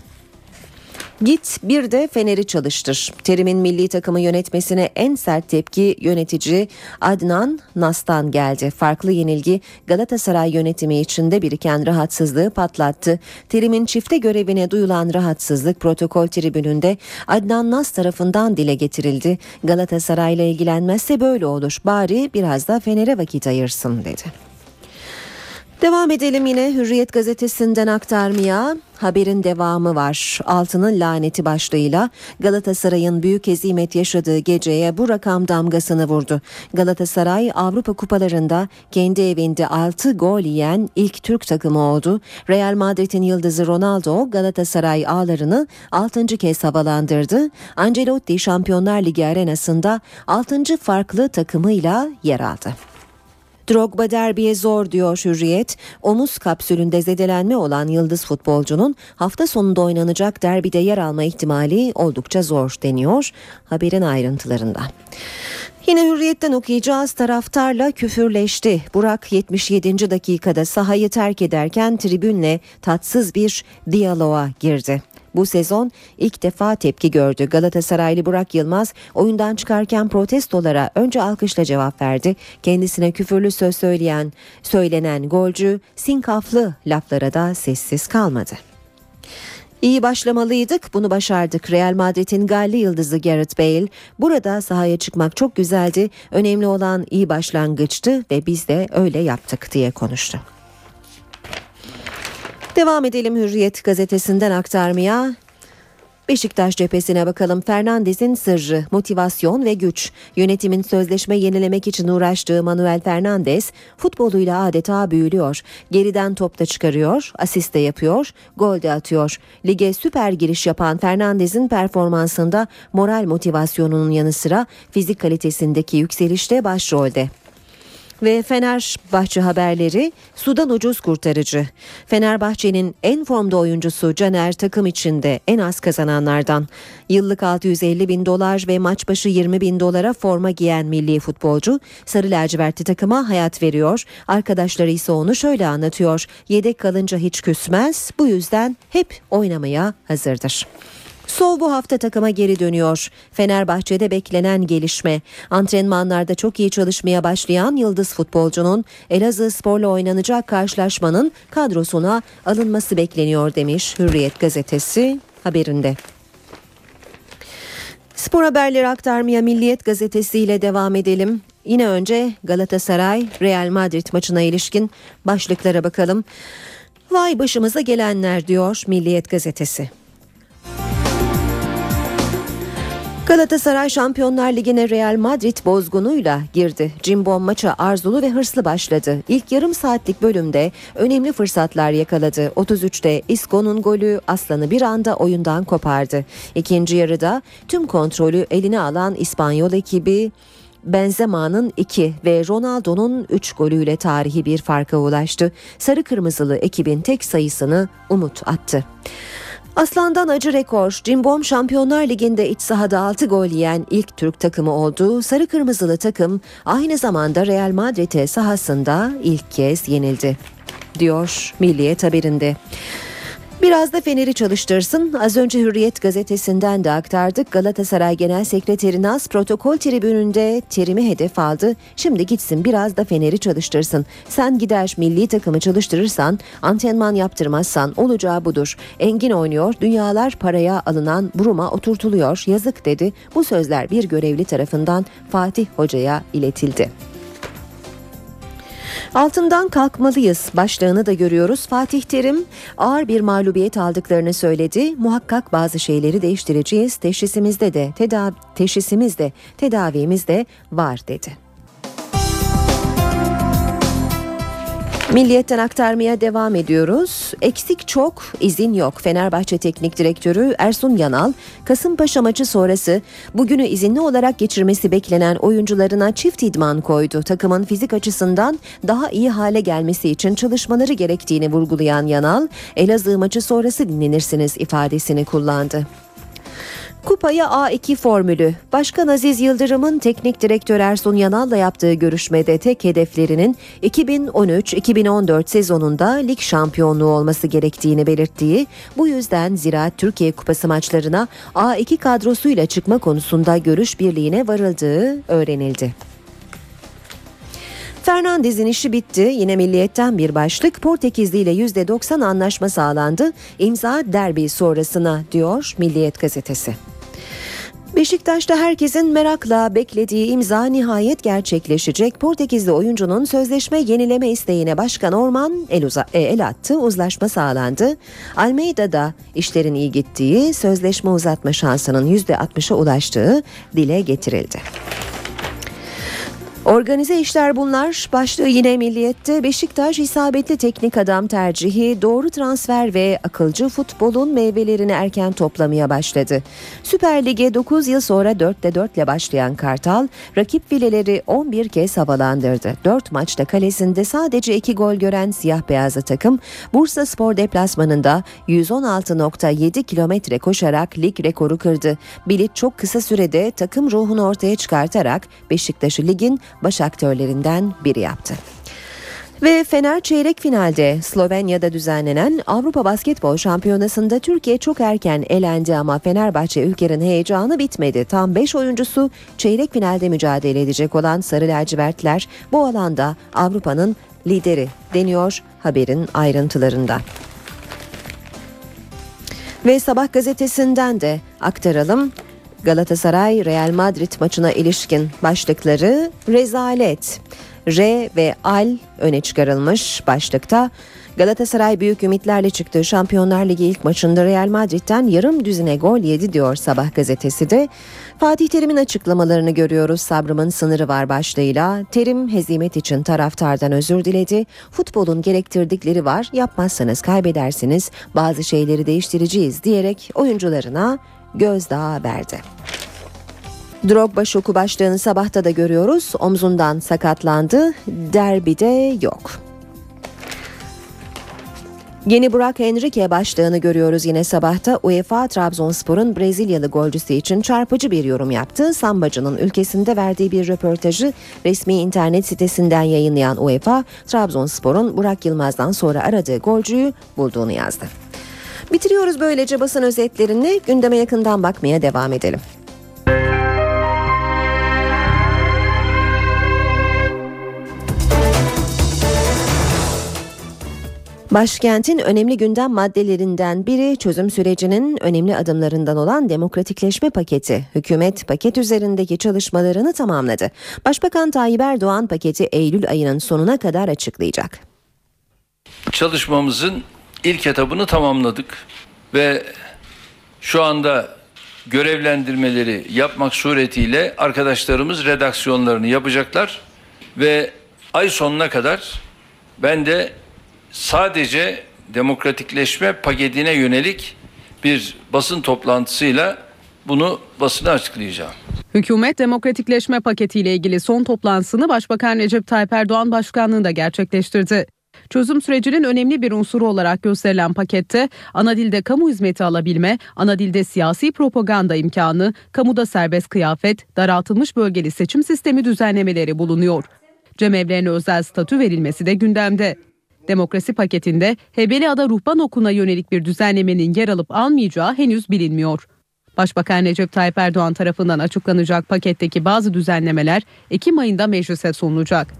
Git bir de Fener'i çalıştır. Terim'in milli takımı yönetmesine en sert tepki yönetici Adnan Nas'tan geldi. Farklı yenilgi Galatasaray yönetimi içinde biriken rahatsızlığı patlattı. Terim'in çifte görevine duyulan rahatsızlık protokol tribününde Adnan Nas tarafından dile getirildi. Galatasaray'la ilgilenmezse böyle olur. Bari biraz da Fener'e vakit ayırsın dedi. Devam edelim yine Hürriyet gazetesinden aktarmaya. Haberin devamı var. Altının laneti başlığıyla Galatasaray'ın büyük hezimet yaşadığı geceye bu rakam damgasını vurdu. Galatasaray Avrupa kupalarında kendi evinde altı gol yiyen ilk Türk takımı oldu. Real Madrid'in yıldızı Ronaldo Galatasaray ağlarını altıncı kez havalandırdı. Ancelotti Şampiyonlar Ligi arenasında altıncı farklı takımıyla yer aldı. Drogba derbiye zor diyor Hürriyet. Omuz kapsülünde zedelenme olan yıldız futbolcunun hafta sonunda oynanacak derbide yer alma ihtimali oldukça zor deniyor haberin ayrıntılarında. Yine Hürriyet'ten okuyacağız. Taraftarla küfürleşti. Burak yetmiş yedinci dakikada sahayı terk ederken tribünle tatsız bir diyaloğa girdi. Bu sezon ilk defa tepki gördü. Galatasaraylı Burak Yılmaz oyundan çıkarken protestolara önce alkışla cevap verdi. Kendisine küfürlü söz söyleyen, söylenen golcü sinkaflı laflara da sessiz kalmadı. İyi başlamalıydık, bunu başardık. Real Madrid'in galli yıldızı Gareth Bale, burada sahaya çıkmak çok güzeldi. Önemli olan iyi başlangıçtı ve biz de öyle yaptık diye konuştu. Devam edelim Hürriyet gazetesinden aktarmaya. Beşiktaş cephesine bakalım. Fernandez'in sırrı, motivasyon ve güç. Yönetimin sözleşme yenilemek için uğraştığı Manuel Fernandez futboluyla adeta büyülüyor. Geriden top da çıkarıyor, asist de yapıyor, gol de atıyor. Lige süper giriş yapan Fernandez'in performansında moral motivasyonunun yanı sıra fizik kalitesindeki yükseliş de başrolde. Ve Fenerbahçe haberleri, sudan ucuz kurtarıcı. Fenerbahçe'nin en formda oyuncusu Caner takım içinde en az kazananlardan. Yıllık altı yüz elli bin dolar ve maç başı yirmi bin dolara forma giyen milli futbolcu sarı lacivertli takıma hayat veriyor. Arkadaşları ise onu şöyle anlatıyor: yedek kalınca hiç küsmez, bu yüzden hep oynamaya hazırdır. Sol bu hafta takıma geri dönüyor. Fenerbahçe'de beklenen gelişme. Antrenmanlarda çok iyi çalışmaya başlayan yıldız futbolcunun Elazığspor'la oynanacak karşılaşmanın kadrosuna alınması bekleniyor demiş Hürriyet gazetesi haberinde. Spor haberleri aktarmaya Milliyet gazetesiyle devam edelim. Yine önce Galatasaray Real Madrid maçına ilişkin başlıklara bakalım. Vay başımıza gelenler diyor Milliyet gazetesi. Galatasaray Şampiyonlar Ligi'ne Real Madrid bozgunuyla girdi. Cimbom maça arzulu ve hırslı başladı. İlk yarım saatlik bölümde önemli fırsatlar yakaladı. otuz üçte Isco'nun golü Aslan'ı bir anda oyundan kopardı. İkinci yarıda tüm kontrolü eline alan İspanyol ekibi Benzema'nın iki ve Ronaldo'nun üç golüyle tarihi bir farka ulaştı. Sarı kırmızılı ekibin tek sayısını umut attı. Aslan'dan acı rekor. Cimbom Şampiyonlar Ligi'nde iç sahada altı gol yiyen ilk Türk takımı oldu. Sarı kırmızılı takım aynı zamanda Real Madrid'e sahasında ilk kez yenildi, diyor Milliyet haberinde. Biraz da Fener'i çalıştırsın. Az önce Hürriyet gazetesinden de aktardık. Galatasaray Genel Sekreteri Naz protokol tribününde Terim'i hedef aldı. Şimdi gitsin biraz da Fener'i çalıştırsın. Sen gider milli takımı çalıştırırsan, antrenman yaptırmazsan olacağı budur. Engin oynuyor, dünyalar paraya alınan Bruma oturtuluyor. Yazık dedi. Bu sözler bir görevli tarafından Fatih Hoca'ya iletildi. Altından kalkmalıyız başlığını da görüyoruz. Fatih Terim ağır bir mağlubiyet aldıklarını söyledi. Muhakkak bazı şeyleri değiştireceğiz. Teşhisimizde de tedavi teşhisimizde tedavimizde var dedi. Milliyet'ten aktarmaya devam ediyoruz. Eksik çok, izin yok. Fenerbahçe Teknik Direktörü Ersun Yanal, Kasımpaşa maçı sonrası bugünü izinli olarak geçirmesi beklenen oyuncularına çift idman koydu. Takımın fizik açısından daha iyi hale gelmesi için çalışmaları gerektiğini vurgulayan Yanal, Elazığ maçı sonrası dinlenirsiniz ifadesini kullandı. Kupaya A iki formülü. Başkan Aziz Yıldırım'ın teknik direktör Ersun Yanal'la yaptığı görüşmede tek hedeflerinin iki bin on üç iki bin on dört sezonunda lig şampiyonluğu olması gerektiğini belirttiği, bu yüzden Ziraat Türkiye Kupası maçlarına A iki kadrosuyla çıkma konusunda görüş birliğine varıldığı öğrenildi. Fernandez'in işi bitti. Yine Milliyet'ten bir başlık. Portekizli ile yüzde doksan anlaşma sağlandı. İmza derbi sonrasına, diyor Milliyet gazetesi. Beşiktaş'ta herkesin merakla beklediği imza nihayet gerçekleşecek. Portekizli oyuncunun sözleşme yenileme isteğine Başkan Orman el, uza- el attı. Uzlaşma sağlandı. Almeida'da işlerin iyi gittiği, sözleşme uzatma şansının yüzde altmışa ulaştığı dile getirildi. Organize işler bunlar. Başlığı yine Milliyet'te. Beşiktaş isabetli teknik adam tercihi, doğru transfer ve akılcı futbolun meyvelerini erken toplamaya başladı. Süper Lig'e dokuz yıl sonra dörtte dört ile başlayan Kartal, rakip fileleri on bir kez havalandırdı. dört maçta kalesinde sadece iki gol gören siyah beyazlı takım, Bursaspor deplasmanında yüz on altı nokta yedi kilometre koşarak lig rekoru kırdı. Bilit çok kısa sürede takım ruhunu ortaya çıkartarak Beşiktaş'ı ligin baş aktörlerinden biri yaptı. Ve Fener çeyrek finalde. Slovenya'da düzenlenen Avrupa Basketbol Şampiyonası'nda Türkiye çok erken elendi ama Fenerbahçe ülkenin heyecanı bitmedi. Tam beş oyuncusu çeyrek finalde mücadele edecek olan Sarı Lacivertler bu alanda Avrupa'nın lideri deniyor haberin ayrıntılarında. Ve Sabah gazetesinden de aktaralım. Galatasaray Real Madrid maçına ilişkin başlıkları rezalet. R ve Al öne çıkarılmış başlıkta. Galatasaray büyük ümitlerle çıktığı Şampiyonlar Ligi ilk maçında Real Madrid'den yarım düzine gol yedi, diyor Sabah gazetesi de. Fatih Terim'in açıklamalarını görüyoruz. Sabrımın sınırı var başlığıyla. Terim hezimet için taraftardan özür diledi. Futbolun gerektirdikleri var, yapmazsanız kaybedersiniz, bazı şeyleri değiştireceğiz diyerek oyuncularına gözdağı verdi. Drogba şoku başlığını Sabah'ta da görüyoruz. Omzundan sakatlandı. Derbide yok. Yeni Burak Henrique başlığını görüyoruz yine Sabah'ta. UEFA Trabzonspor'un Brezilyalı golcüsü için çarpıcı bir yorum yaptı. Sambacı'nın ülkesinde verdiği bir röportajı resmi internet sitesinden yayınlayan UEFA, Trabzonspor'un Burak Yılmaz'dan sonra aradığı golcüyü bulduğunu yazdı. Bitiriyoruz böylece basın özetlerini. Gündeme yakından bakmaya devam edelim. Başkentin önemli gündem maddelerinden biri çözüm sürecinin önemli adımlarından olan demokratikleşme paketi. Hükümet paket üzerindeki çalışmalarını tamamladı. Başbakan Tayyip Erdoğan paketi Eylül ayının sonuna kadar açıklayacak. Çalışmamızın ilk etabını tamamladık ve şu anda görevlendirmeleri yapmak suretiyle arkadaşlarımız redaksiyonlarını yapacaklar ve ay sonuna kadar ben de sadece demokratikleşme paketine yönelik bir basın toplantısıyla bunu basına açıklayacağım. Hükümet demokratikleşme paketiyle ilgili son toplantısını Başbakan Recep Tayyip Erdoğan başkanlığında gerçekleştirdi. Çözüm sürecinin önemli bir unsuru olarak gösterilen pakette ana dilde kamu hizmeti alabilme, ana dilde siyasi propaganda imkanı, kamuda serbest kıyafet, daraltılmış bölgeli seçim sistemi düzenlemeleri bulunuyor. Cemevlerine özel statü verilmesi de gündemde. Demokrasi paketinde Hebeliada Ruhban Okulu'na yönelik bir düzenlemenin yer alıp almayacağı henüz bilinmiyor. Başbakan Recep Tayyip Erdoğan tarafından açıklanacak paketteki bazı düzenlemeler Ekim ayında meclise sunulacak.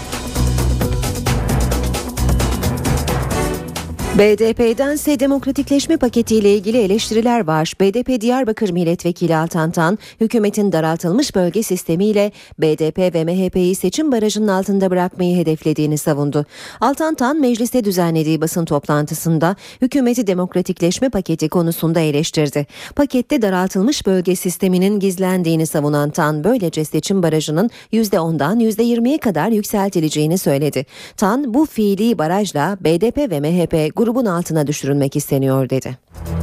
B D P'dense demokratikleşme paketiyle ilgili eleştiriler var. B D P Diyarbakır Milletvekili Altan Tan, hükümetin daraltılmış bölge sistemiyle B D P ve M H P'yi seçim barajının altında bırakmayı hedeflediğini savundu. Altan Tan, mecliste düzenlediği basın toplantısında hükümeti demokratikleşme paketi konusunda eleştirdi. Pakette daraltılmış bölge sisteminin gizlendiğini savunan Tan, böylece seçim barajının yüzde ondan yüzde yirmiye kadar yükseltileceğini söyledi. Tan, bu fiili barajla B D P ve M H P grubun altına düşürülmek isteniyor dedi.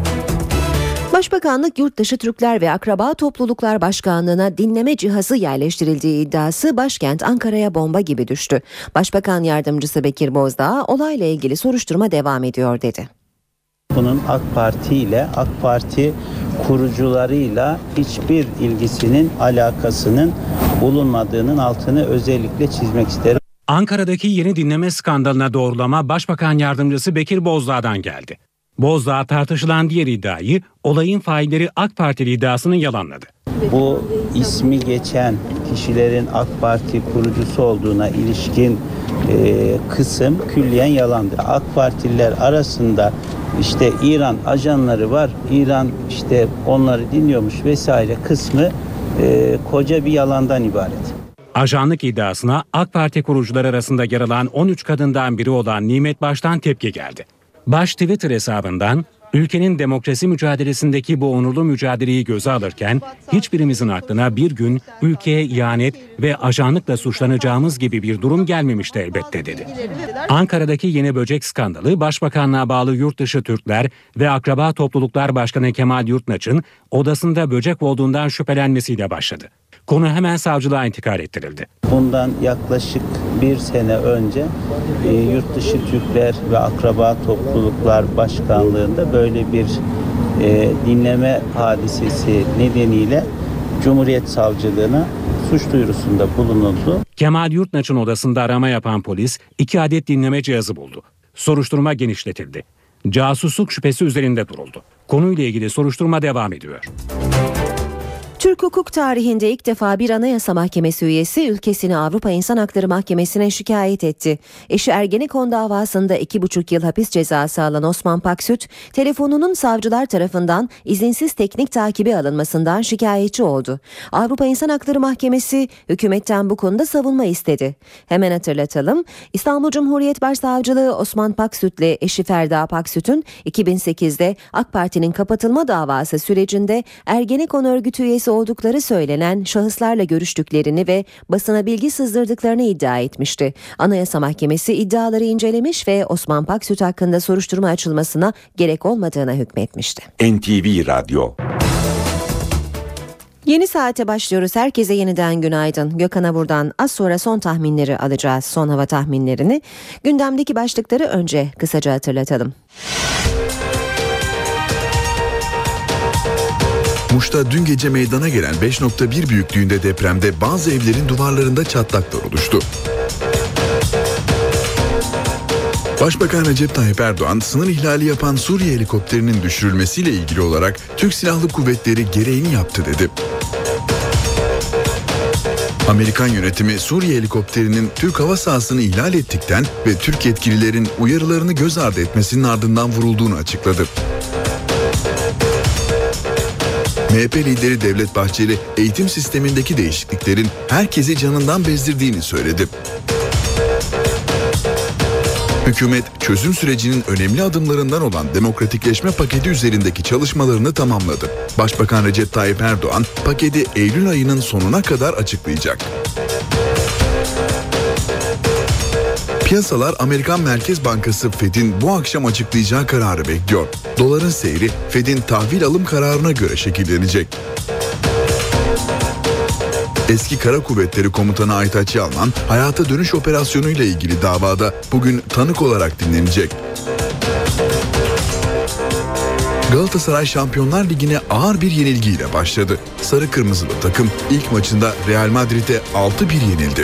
Başbakanlık Yurtdışı Türkler ve Akraba Topluluklar Başkanlığı'na dinleme cihazı yerleştirildiği iddiası başkent Ankara'ya bomba gibi düştü. Başbakan Yardımcısı Bekir Bozdağ, olayla ilgili soruşturma devam ediyor dedi. Bunun AK Parti ile AK Parti kurucularıyla hiçbir ilgisinin, alakasının bulunmadığının altını özellikle çizmek isterim. Ankara'daki yeni dinleme skandalına doğrulama Başbakan Yardımcısı Bekir Bozdağ'dan geldi. Bozdağ tartışılan diğer iddiayı, olayın failleri AK Partili iddiasını yalanladı. Bu ismi geçen kişilerin AK Parti kurucusu olduğuna ilişkin e, kısım külliyen yalandı. AK Partililer arasında işte İran ajanları var, İran işte onları dinliyormuş vesaire kısmı e, koca bir yalandan ibaret. Ajanlık iddiasına AK Parti kurucuları arasında yer alan on üç kadından biri olan Nimet Baş'tan tepki geldi. Baş Twitter hesabından, ülkenin demokrasi mücadelesindeki bu onurlu mücadeleyi göze alırken hiçbirimizin aklına bir gün ülkeye ihanet ve ajanlıkla suçlanacağımız gibi bir durum gelmemişti elbette dedi. Ankara'daki yeni böcek skandalı Başbakanlığa bağlı Yurtdışı Türkler ve Akraba Topluluklar Başkanı Kemal Yurtnaç'ın odasında böcek olduğundan şüphelenmesiyle başladı. Konu hemen savcılığa intikal ettirildi. Bundan yaklaşık bir sene önce e, Yurtdışı Türkler ve Akraba Topluluklar Başkanlığı'nda böyle bir e, dinleme hadisesi nedeniyle Cumhuriyet Savcılığına suç duyurusunda bulunuldu. Kemal Yurtnaç'ın odasında arama yapan polis iki adet dinleme cihazı buldu. Soruşturma genişletildi. Casusluk şüphesi üzerinde duruldu. Konuyla ilgili soruşturma devam ediyor. Türk hukuk tarihinde ilk defa bir Anayasa Mahkemesi üyesi ülkesini Avrupa İnsan Hakları Mahkemesi'ne şikayet etti. Eşi Ergenekon davasında iki buçuk yıl hapis cezası alan Osman Paksüt, telefonunun savcılar tarafından izinsiz teknik takibi alınmasından şikayetçi oldu. Avrupa İnsan Hakları Mahkemesi hükümetten bu konuda savunma istedi. Hemen hatırlatalım, İstanbul Cumhuriyet Başsavcılığı Osman Paksüt'le eşi Ferda Paksüt'ün iki bin sekizde AK Parti'nin kapatılma davası sürecinde Ergenekon örgütü üyesi oldukları söylenen şahıslarla görüştüklerini ve basına bilgi sızdırdıklarını iddia etmişti. Anayasa Mahkemesi iddiaları incelemiş ve Osman Paksüt hakkında soruşturma açılmasına gerek olmadığına hükmetmişti. N T V Radyo. Yeni saate başlıyoruz. Herkese yeniden günaydın. Gökhan'a buradan az sonra son tahminleri alacağız. Son hava tahminlerini. Gündemdeki başlıkları önce kısaca hatırlatalım. Muş'ta dün gece meydana gelen beş nokta bir büyüklüğünde depremde bazı evlerin duvarlarında çatlaklar oluştu. Başbakan Recep Tayyip Erdoğan, sınır ihlali yapan Suriye helikopterinin düşürülmesiyle ilgili olarak Türk Silahlı Kuvvetleri gereğini yaptı dedi. Amerikan yönetimi Suriye helikopterinin Türk hava sahasını ihlal ettikten ve Türk yetkililerin uyarılarını göz ardı etmesinin ardından vurulduğunu açıkladı. M H P lideri Devlet Bahçeli, eğitim sistemindeki değişikliklerin herkesi canından bezdirdiğini söyledi. Hükümet, çözüm sürecinin önemli adımlarından olan demokratikleşme paketi üzerindeki çalışmalarını tamamladı. Başbakan Recep Tayyip Erdoğan, paketi Eylül ayının sonuna kadar açıklayacak. Piyasalar Amerikan Merkez Bankası Fed'in bu akşam açıklayacağı kararı bekliyor. Doların seyri Fed'in tahvil alım kararına göre şekillenecek. Eski Kara Kuvvetleri Komutanı Aytaç Yalman, hayata dönüş operasyonuyla ilgili davada bugün tanık olarak dinlenecek. Galatasaray Şampiyonlar Ligi'ne ağır bir yenilgiyle başladı. Sarı Kırmızılı takım ilk maçında Real Madrid'e altı bir yenildi.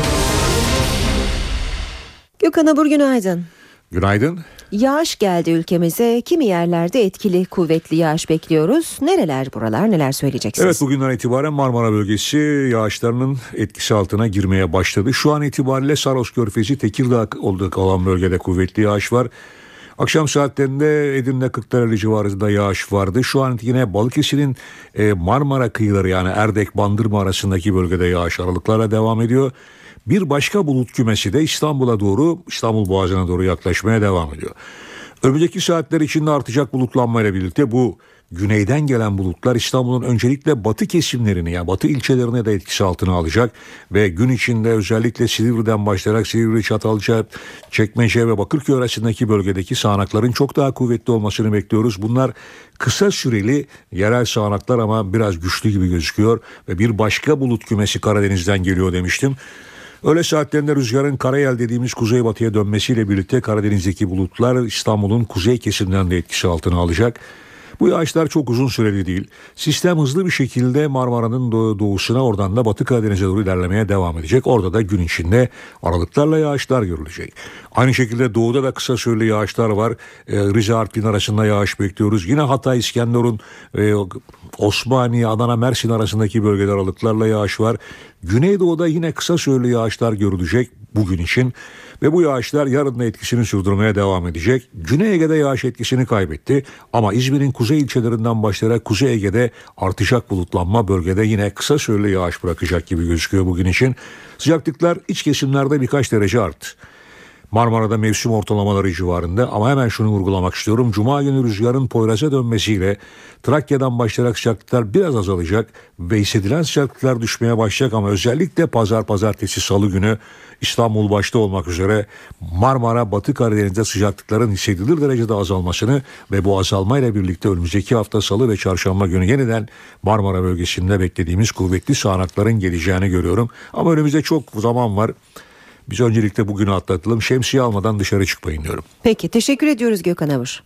Gökhan Abur günaydın. Günaydın. Yağış geldi ülkemize. Kimi yerlerde etkili, kuvvetli yağış bekliyoruz. Nereler buralar, neler söyleyeceksiniz? Evet, bugünden itibaren Marmara bölgesi yağışlarının etkisi altına girmeye başladı. Şu an itibariyle Saros Körfezi, Tekirdağ olan bölgede kuvvetli yağış var. Akşam saatlerinde Edirne Kırklareli civarında yağış vardı. Şu an yine Balıkesir'in Marmara kıyıları yani Erdek Bandırma arasındaki bölgede yağış aralıklarla devam ediyor. Bir başka bulut kümesi de İstanbul'a doğru, İstanbul Boğazı'na doğru yaklaşmaya devam ediyor. Önümüzdeki saatler içinde artacak bulutlanmayla birlikte bu güneyden gelen bulutlar İstanbul'un öncelikle batı kesimlerini yani batı ilçelerine de etkisi altına alacak. Ve gün içinde özellikle Silivri'den başlayarak Silivri, Çatalca, Çekmece ve Bakırköy arasındaki bölgedeki sağanakların çok daha kuvvetli olmasını bekliyoruz. Bunlar kısa süreli yerel sağanaklar ama biraz güçlü gibi gözüküyor. Ve bir başka bulut kümesi Karadeniz'den geliyor demiştim. Öğle saatlerinde rüzgarın karayel dediğimiz kuzeybatıya dönmesiyle birlikte Karadeniz'deki bulutlar İstanbul'un kuzey kesimlerinde de etkisi altına alacak. Bu yağışlar çok uzun süreli değil. Sistem hızlı bir şekilde Marmara'nın doğusuna oradan da Batı Karadeniz'e doğru ilerlemeye devam edecek. Orada da gün içinde aralıklarla yağışlar görülecek. Aynı şekilde doğuda da kısa süreli yağışlar var. Ee, Rize Artvin arasında yağış bekliyoruz. Yine Hatay, İskenderun, e, Osmaniye, Adana, Mersin arasındaki bölgede aralıklarla yağış var. Güneydoğu'da yine kısa süreli yağışlar görülecek bugün için. Ve bu yağışlar yarın da etkisini sürdürmeye devam edecek. Güney Ege'de yağış etkisini kaybetti. Ama İzmir'in kuzey ilçelerinden başlayarak Kuzey Ege'de artacak bulutlanma bölgede yine kısa süreli yağış bırakacak gibi gözüküyor bugün için. Sıcaklıklar iç kesimlerde birkaç derece arttı. Marmara'da mevsim ortalamaları civarında ama hemen şunu vurgulamak istiyorum. Cuma günü rüzgarın Poyraz'a dönmesiyle Trakya'dan başlayarak sıcaklıklar biraz azalacak ve hissedilen sıcaklıklar düşmeye başlayacak ama özellikle pazar, pazartesi, salı günü İstanbul başta olmak üzere Marmara, Batı Karadeniz'de sıcaklıkların hissedilir derecede azalmasını ve bu azalmayla birlikte önümüzdeki hafta salı ve çarşamba günü yeniden Marmara bölgesinde beklediğimiz kuvvetli sağanakların geleceğini görüyorum. Ama önümüzde çok zaman var. Biz öncelikle bugünü atlatalım. Şemsiye almadan dışarı çıkmayın diyorum. Peki, teşekkür ediyoruz Gökhan Avur.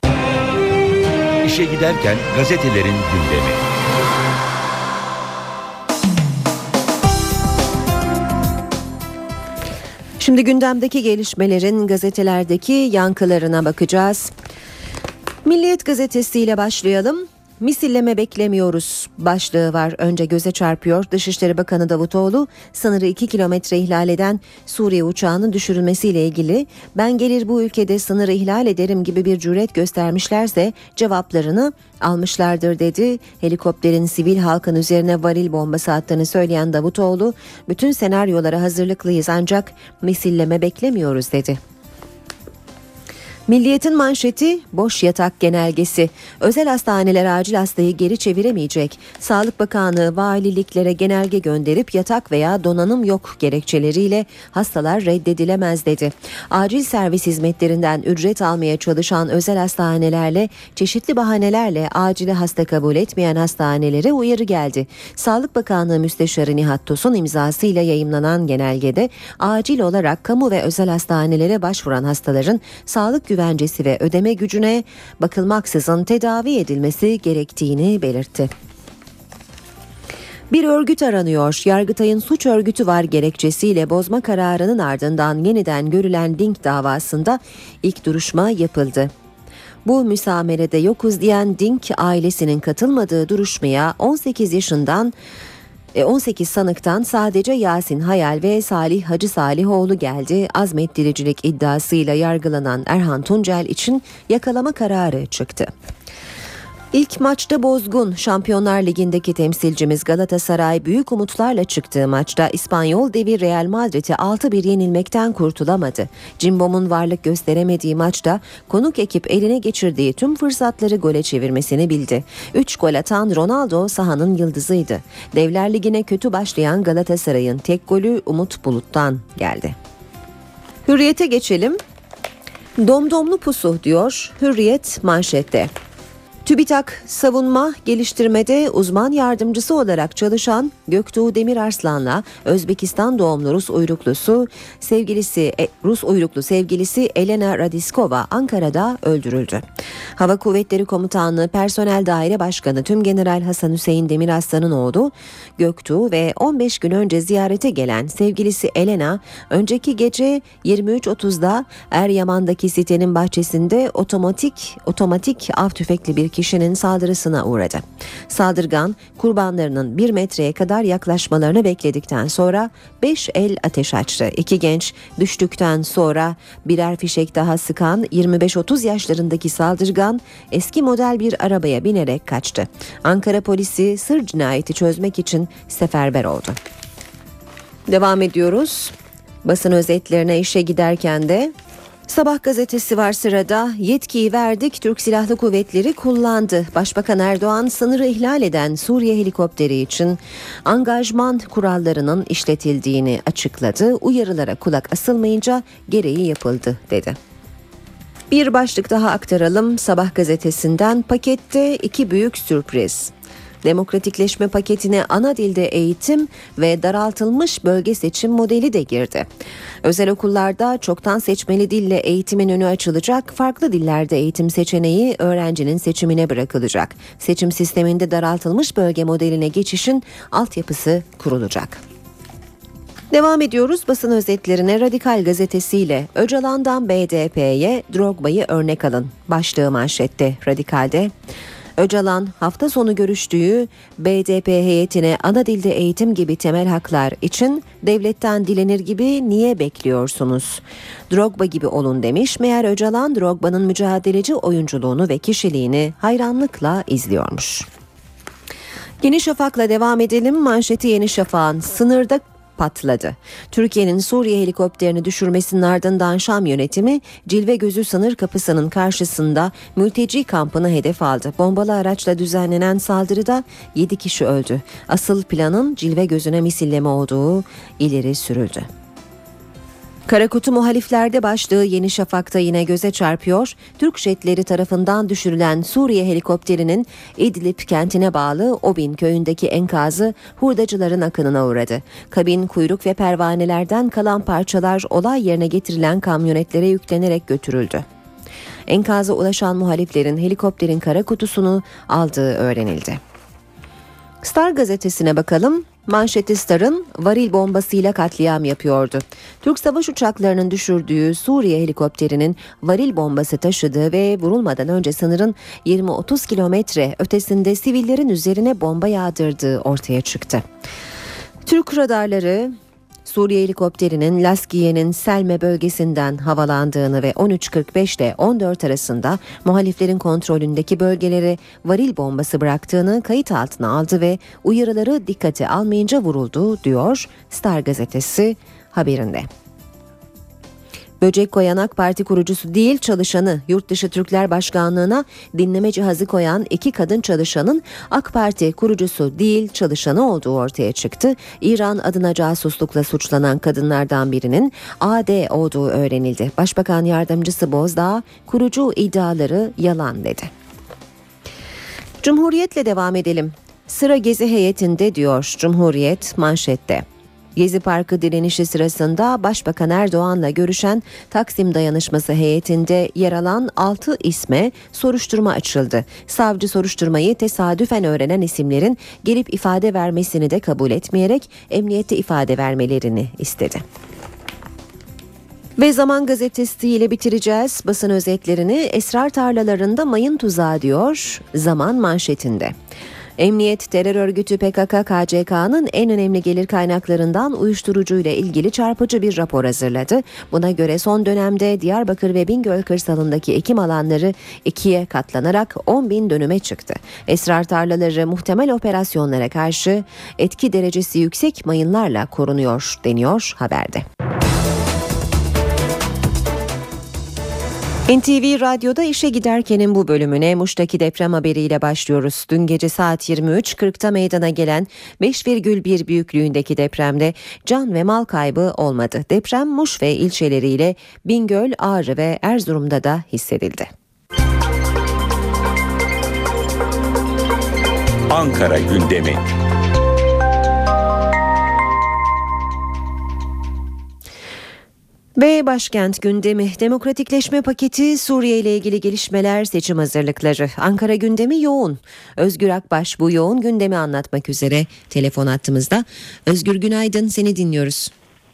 İşe giderken gazetelerin gündemi. Şimdi gündemdeki gelişmelerin gazetelerdeki yankılarına bakacağız. Milliyet gazetesiyle başlayalım. Misilleme beklemiyoruz başlığı var. Önce göze çarpıyor. Dışişleri Bakanı Davutoğlu sınırı iki kilometre ihlal eden Suriye uçağının düşürülmesiyle ilgili ben gelir bu ülkede sınırı ihlal ederim gibi bir cüret göstermişlerse cevaplarını almışlardır dedi. Helikopterin sivil halkın üzerine varil bombası attığını söyleyen Davutoğlu bütün senaryolara hazırlıklıyız ancak misilleme beklemiyoruz dedi. Milliyet'in manşeti boş yatak genelgesi. Özel hastaneler acil hastayı geri çeviremeyecek. Sağlık Bakanlığı valiliklere genelge gönderip yatak veya donanım yok gerekçeleriyle hastalar reddedilemez dedi. Acil servis hizmetlerinden ücret almaya çalışan özel hastanelerle çeşitli bahanelerle acile hasta kabul etmeyen hastanelere uyarı geldi. Sağlık Bakanlığı Müsteşarı Nihat Tosun imzasıyla yayımlanan genelgede acil olarak kamu ve özel hastanelere başvuran hastaların sağlık güvencesi ve ödeme gücüne bakılmaksızın tedavi edilmesi gerektiğini belirtti. Bir örgüt aranıyor. Yargıtay'ın suç örgütü var gerekçesiyle bozma kararının ardından yeniden görülen Dink davasında ilk duruşma yapıldı. Bu müsamerede yokuz diyen Dink ailesinin katılmadığı duruşmaya on sekiz yaşından on sekiz sanıktan sadece Yasin Hayal ve Salih Hacı Salihoğlu geldi. Azmettiricilik iddiasıyla yargılanan Erhan Tuncel için yakalama kararı çıktı. İlk maçta bozgun. Şampiyonlar Ligi'ndeki temsilcimiz Galatasaray büyük umutlarla çıktığı maçta İspanyol devi Real Madrid'i altı bir yenilmekten kurtulamadı. Cimbom'un varlık gösteremediği maçta konuk ekip eline geçirdiği tüm fırsatları gole çevirmesini bildi. üç gol atan Ronaldo sahanın yıldızıydı. Devler Ligi'ne kötü başlayan Galatasaray'ın tek golü Umut Bulut'tan geldi. Hürriyet'e geçelim. Domdomlu pusu diyor Hürriyet manşette. TÜBİTAK Savunma Geliştirmede uzman yardımcısı olarak çalışan Göktuğ Demirarslan'la Özbekistan doğumlu Rus uyruklusu sevgilisi Rus uyruklu sevgilisi Elena Radiskova Ankara'da öldürüldü. Hava Kuvvetleri Komutanlığı Personel Daire Başkanı Tümgeneral Hasan Hüseyin Demirarslan'ın oğlu Göktuğ ve on beş gün önce ziyarete gelen sevgilisi Elena önceki gece yirmi üç otuzda Eryaman'daki sitenin bahçesinde otomatik otomatik av tüfekli bir kişinin saldırısına uğradı. Saldırgan kurbanlarının bir metreye kadar yaklaşmalarını bekledikten sonra beş el ateş açtı. İki genç düştükten sonra birer fişek daha sıkan yirmi beş otuz yaşlarındaki saldırgan eski model bir arabaya binerek kaçtı. Ankara polisi sır cinayeti çözmek için seferber oldu. Devam ediyoruz. Basın özetlerine işe giderken de Sabah gazetesi var sırada. Yetkiyi verdik, Türk Silahlı Kuvvetleri kullandı. Başbakan Erdoğan sınırı ihlal eden Suriye helikopteri için angajman kurallarının işletildiğini açıkladı. Uyarılara kulak asılmayınca gereği yapıldı dedi. Bir başlık daha aktaralım Sabah gazetesinden. Pakette iki büyük sürpriz. Demokratikleşme paketine ana dilde eğitim ve daraltılmış bölge seçim modeli de girdi. Özel okullarda çoktan seçmeli dille eğitimin önü açılacak, farklı dillerde eğitim seçeneği öğrencinin seçimine bırakılacak. Seçim sisteminde daraltılmış bölge modeline geçişin altyapısı kurulacak. Devam ediyoruz basın özetlerine. Radikal gazetesiyle Öcalan'dan B D P'ye Drogba'yı örnek alın başlığı manşette Radikal'de. Öcalan hafta sonu görüştüğü B D P heyetine ana dilde eğitim gibi temel haklar için devletten dilenir gibi niye bekliyorsunuz? Drogba gibi olun demiş. Meğer Öcalan Drogba'nın mücadeleci oyunculuğunu ve kişiliğini hayranlıkla izliyormuş. Yeni Şafak'la devam edelim. Manşeti Yeni Şafak'ın sınırda patladı. Türkiye'nin Suriye helikopterini düşürmesinin ardından Şam yönetimi Cilve Gözü sınır kapısının karşısında mülteci kampını hedef aldı. Bombalı araçla düzenlenen saldırıda yedi kişi öldü. Asıl planın Cilve Gözü'ne misilleme olduğu ileri sürüldü. Karakutu muhaliflerde başlığı Yeni Şafak'ta yine göze çarpıyor. Türk jetleri tarafından düşürülen Suriye helikopterinin İdlib kentine bağlı Obin köyündeki enkazı hurdacıların akınına uğradı. Kabin, kuyruk ve pervanelerden kalan parçalar olay yerine getirilen kamyonetlere yüklenerek götürüldü. Enkaza ulaşan muhaliflerin helikopterin kara kutusunu aldığı öğrenildi. Star gazetesine bakalım. Manşeti Star'ın varil bombasıyla katliam yapıyordu. Türk savaş uçaklarının düşürdüğü Suriye helikopterinin varil bombası taşıdığı ve vurulmadan önce sınırın yirmi otuz kilometre ötesinde sivillerin üzerine bomba yağdırdığı ortaya çıktı. Türk radarları Suriye helikopterinin Laskiye'nin Selme bölgesinden havalandığını ve on üç kırk beş ile on dört arasında muhaliflerin kontrolündeki bölgelere varil bombası bıraktığını kayıt altına aldı ve uyarıları dikkate almayınca vuruldu diyor Star gazetesi haberinde. Böcek koyan AK Parti kurucusu değil çalışanı, Yurtdışı Türkler Başkanlığı'na dinleme cihazı koyan iki kadın çalışanın AK Parti kurucusu değil çalışanı olduğu ortaya çıktı. İran adına casuslukla suçlanan kadınlardan birinin A D olduğu öğrenildi. Başbakan Yardımcısı Bozdağ kurucu iddiaları yalan dedi. Cumhuriyetle devam edelim. Sıra Gezi heyetinde diyor Cumhuriyet manşette. Gezi Parkı direnişi sırasında Başbakan Erdoğan'la görüşen Taksim Dayanışması heyetinde yer alan altı isme soruşturma açıldı. Savcı soruşturmayı tesadüfen öğrenen isimlerin gelip ifade vermesini de kabul etmeyerek emniyette ifade vermelerini istedi. Ve Zaman Gazetesi ile bitireceğiz basın özetlerini. Esrar tarlalarında mayın tuzağı diyor Zaman manşetinde. Emniyet terör örgütü P K K K C K'nın en önemli gelir kaynaklarından uyuşturucuyla ilgili çarpıcı bir rapor hazırladı. Buna göre son dönemde Diyarbakır ve Bingöl kırsalındaki ekim alanları ikiye katlanarak on bin dönüme çıktı. Esrar tarlaları muhtemel operasyonlara karşı etki derecesi yüksek mayınlarla korunuyor deniyor haberde. N T V Radyo'da işe giderkenin bu bölümüne Muş'taki deprem haberiyle başlıyoruz. Dün gece saat yirmi üç kırkta meydana gelen beş virgül bir büyüklüğündeki depremde can ve mal kaybı olmadı. Deprem Muş ve ilçeleriyle Bingöl, Ağrı ve Erzurum'da da hissedildi. Ankara gündemi. Ve başkent gündemi, demokratikleşme paketi, Suriye ile ilgili gelişmeler, seçim hazırlıkları. Ankara gündemi yoğun. Özgür Akbaş bu yoğun gündemi anlatmak üzere telefon hattımızda. Özgür günaydın, seni dinliyoruz.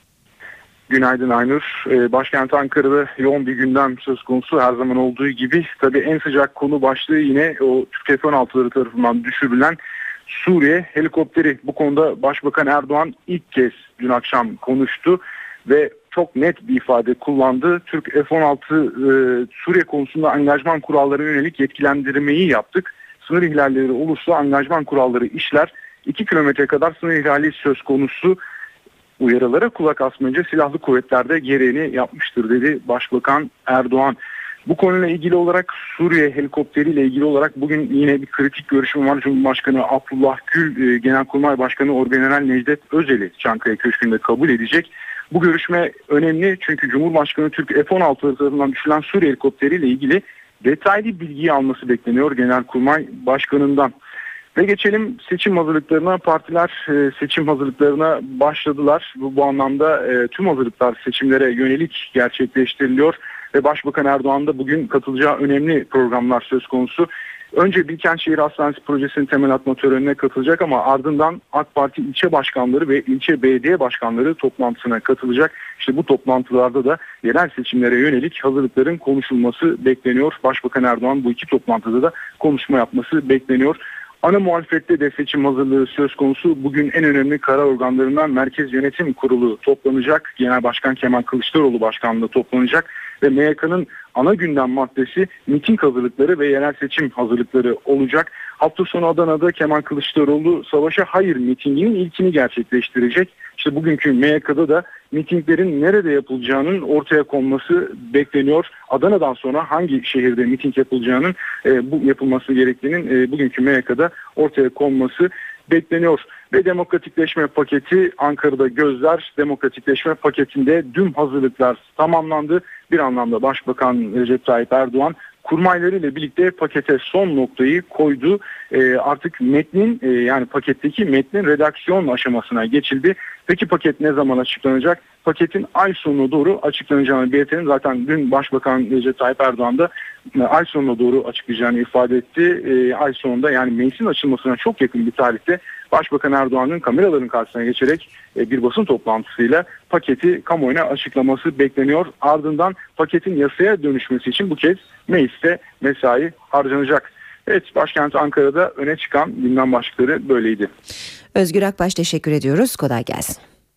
Günaydın Aynur. Başkent Ankara'da yoğun bir gündem söz konusu her zaman olduğu gibi. Tabii en sıcak konu başlığı yine o Türk F on altıları tarafından düşürülen Suriye helikopteri. Bu konuda Başbakan Erdoğan ilk kez dün akşam konuştu ve çok net bir ifade kullandı. Türk F on altı e, Suriye konusunda angajman kurallarına yönelik yetkilendirmeyi yaptık. Sınır ihlalleri olursa angajman kuralları işler. iki kilometre kadar sınır ihlali söz konusu. Uyarılara kulak asmayınca silahlı kuvvetlerde gereğini yapmıştır dedi Başbakan Erdoğan. Bu konuyla ilgili olarak Suriye helikopteriyle ilgili olarak bugün yine bir kritik görüşme var. Cumhurbaşkanı Abdullah Gül, Genelkurmay Başkanı Orgeneral Necdet Özel'i Çankaya Köşkü'nde kabul edecek. Bu görüşme önemli çünkü Cumhurbaşkanı Türk F on altıları tarafından düşülen Suriye helikopteriyle ilgili detaylı bilgiyi alması bekleniyor Genelkurmay Başkanı'ndan. Ve geçelim seçim hazırlıklarına. Partiler seçim hazırlıklarına başladılar. Bu, bu anlamda tüm hazırlıklar seçimlere yönelik gerçekleştiriliyor. Ve Başbakan Erdoğan da bugün katılacağı önemli programlar söz konusu. Önce Bilkent Hastanesi projesinin temel atma törenine katılacak ama ardından AK Parti ilçe başkanları ve ilçe belediye başkanları toplantısına katılacak. İşte bu toplantılarda da yerel seçimlere yönelik hazırlıkların konuşulması bekleniyor. Başbakan Erdoğan bu iki toplantıda da konuşma yapması bekleniyor. Ana muhalefette de seçim hazırlığı söz konusu. Bugün en önemli karar organlarından Merkez Yönetim Kurulu toplanacak. Genel Başkan Kemal Kılıçdaroğlu başkanlığında toplanacak. Ve M Y K'nın ana gündem maddesi miting hazırlıkları ve yerel seçim hazırlıkları olacak. Hafta sonu Adana'da Kemal Kılıçdaroğlu Savaşa Hayır mitinginin ilkini gerçekleştirecek. İşte bugünkü M Y K'da da mitinglerin nerede yapılacağının ortaya konması bekleniyor. Adana'dan sonra hangi şehirde miting yapılacağının e, bu yapılması gerektiğinin e, bugünkü M Y K'da ortaya konması bekleniyor. Ve demokratikleşme paketi Ankara'da gözler. Demokratikleşme paketinde tüm hazırlıklar tamamlandı. Bir anlamda Başbakan Recep Tayyip Erdoğan kurmaylarıyla birlikte pakete son noktayı koydu. E, artık metnin e, yani paketteki metnin redaksiyon aşamasına geçildi. Peki paket ne zaman açıklanacak? Paketin ay sonuna doğru açıklanacağını belirtelim. Zaten dün Başbakan Recep Tayyip Erdoğan da e, ay sonuna doğru açıklayacağını ifade etti. E, ay sonunda yani meclisin açılmasına çok yakın bir tarihte Başbakan Erdoğan'ın kameraların karşısına geçerek e, bir basın toplantısıyla paketi kamuoyuna açıklaması bekleniyor. Ardından paketin yasaya dönüşmesi için bu kez mecliste mesai harcanacak. Evet, başkent Ankara'da öne çıkan gündem başlıkları böyleydi. Özgür Akbaş teşekkür ediyoruz. Kolay gelsin.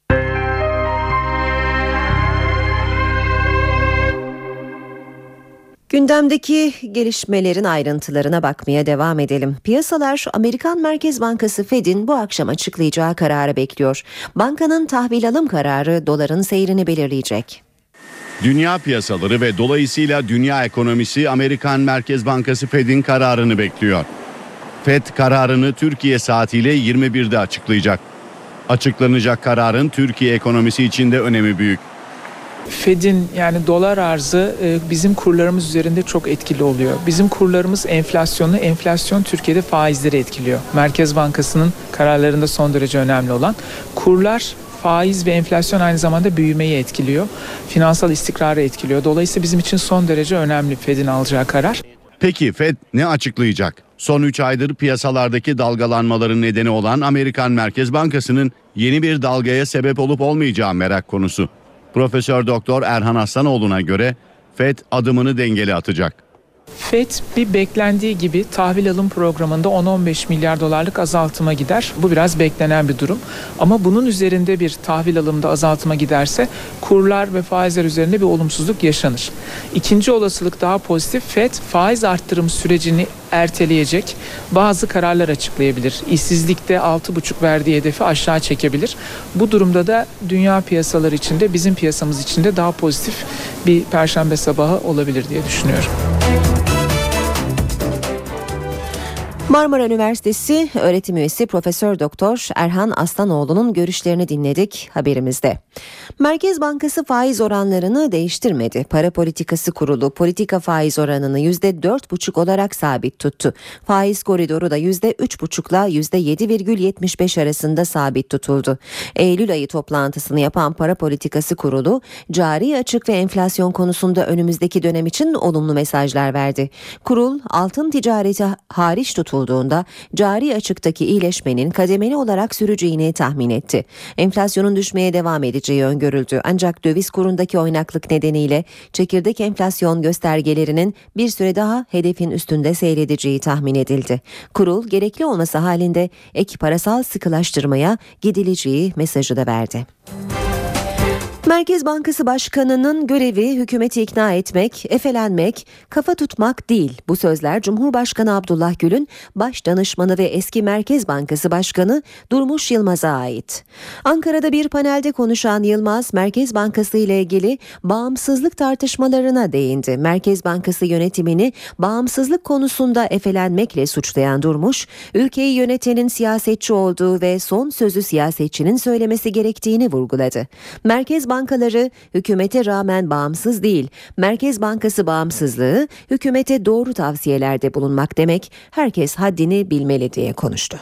Gündemdeki gelişmelerin ayrıntılarına bakmaya devam edelim. Piyasalar Amerikan Merkez Bankası Fed'in bu akşam açıklayacağı kararı bekliyor. Bankanın tahvil alım kararı doların seyrini belirleyecek. Dünya piyasaları ve dolayısıyla dünya ekonomisi Amerikan Merkez Bankası Fed'in kararını bekliyor. Fed kararını Türkiye saatiyle yirmi birde açıklayacak. Açıklanacak kararın Türkiye ekonomisi için de önemi büyük. Fed'in yani dolar arzı bizim kurlarımız üzerinde çok etkili oluyor. Bizim kurlarımız enflasyonu, enflasyon Türkiye'de faizleri etkiliyor. Merkez Bankası'nın kararlarında son derece önemli olan kurlar, faiz ve enflasyon aynı zamanda büyümeyi etkiliyor. Finansal istikrarı etkiliyor. Dolayısıyla bizim için son derece önemli Fed'in alacağı karar. Peki Fed ne açıklayacak? Son üç aydır piyasalardaki dalgalanmaların nedeni olan Amerikan Merkez Bankası'nın yeni bir dalgaya sebep olup olmayacağı merak konusu. Profesör Doktor Erhan Aslanoğlu'na göre Fed adımını dengeli atacak. Fed bir beklendiği gibi tahvil alım programında on on beş milyar dolarlık azaltıma gider. Bu biraz beklenen bir durum. Ama bunun üzerinde bir tahvil alımda azaltıma giderse kurlar ve faizler üzerinde bir olumsuzluk yaşanır. İkinci olasılık daha pozitif. Fed faiz arttırım sürecini erteleyecek bazı kararlar açıklayabilir. İşsizlikte altı buçuk verdiği hedefi aşağı çekebilir. Bu durumda da dünya piyasaları içinde bizim piyasamız içinde daha pozitif bir perşembe sabahı olabilir diye düşünüyorum. Marmara Üniversitesi öğretim üyesi Profesör Doktor Erhan Aslanoğlu'nun görüşlerini dinledik haberimizde. Merkez Bankası faiz oranlarını değiştirmedi. Para Politikası Kurulu politika faiz oranını yüzde dört buçuk olarak sabit tuttu. Faiz koridoru da yüzde üç buçukla yüzde yedi virgül yetmiş beş arasında sabit tutuldu. Eylül ayı toplantısını yapan Para Politikası Kurulu cari açık ve enflasyon konusunda önümüzdeki dönem için olumlu mesajlar verdi. Kurul altın ticareti hariç tutuldu. Cari açıktaki iyileşmenin kademeli olarak süreceğini tahmin etti. Enflasyonun düşmeye devam edeceği öngörüldü. Ancak döviz kurundaki oynaklık nedeniyle çekirdek enflasyon göstergelerinin bir süre daha hedefin üstünde seyredeceği tahmin edildi. Kurul gerekli olması halinde ek parasal sıkılaştırmaya gidileceği mesajı da verdi. Merkez Bankası Başkanı'nın görevi hükümeti ikna etmek, efelenmek, kafa tutmak değil. Bu sözler Cumhurbaşkanı Abdullah Gül'ün baş danışmanı ve eski Merkez Bankası Başkanı Durmuş Yılmaz'a ait. Ankara'da bir panelde konuşan Yılmaz, Merkez Bankası ile ilgili bağımsızlık tartışmalarına değindi. Merkez Bankası yönetimini bağımsızlık konusunda efelenmekle suçlayan Durmuş, ülkeyi yönetenin siyasetçi olduğu ve son sözü siyasetçinin söylemesi gerektiğini vurguladı. Merkez bankaları hükümete rağmen bağımsız değil. Merkez Bankası bağımsızlığı hükümete doğru tavsiyelerde bulunmak demek. Herkes haddini bilmeli diye konuştu.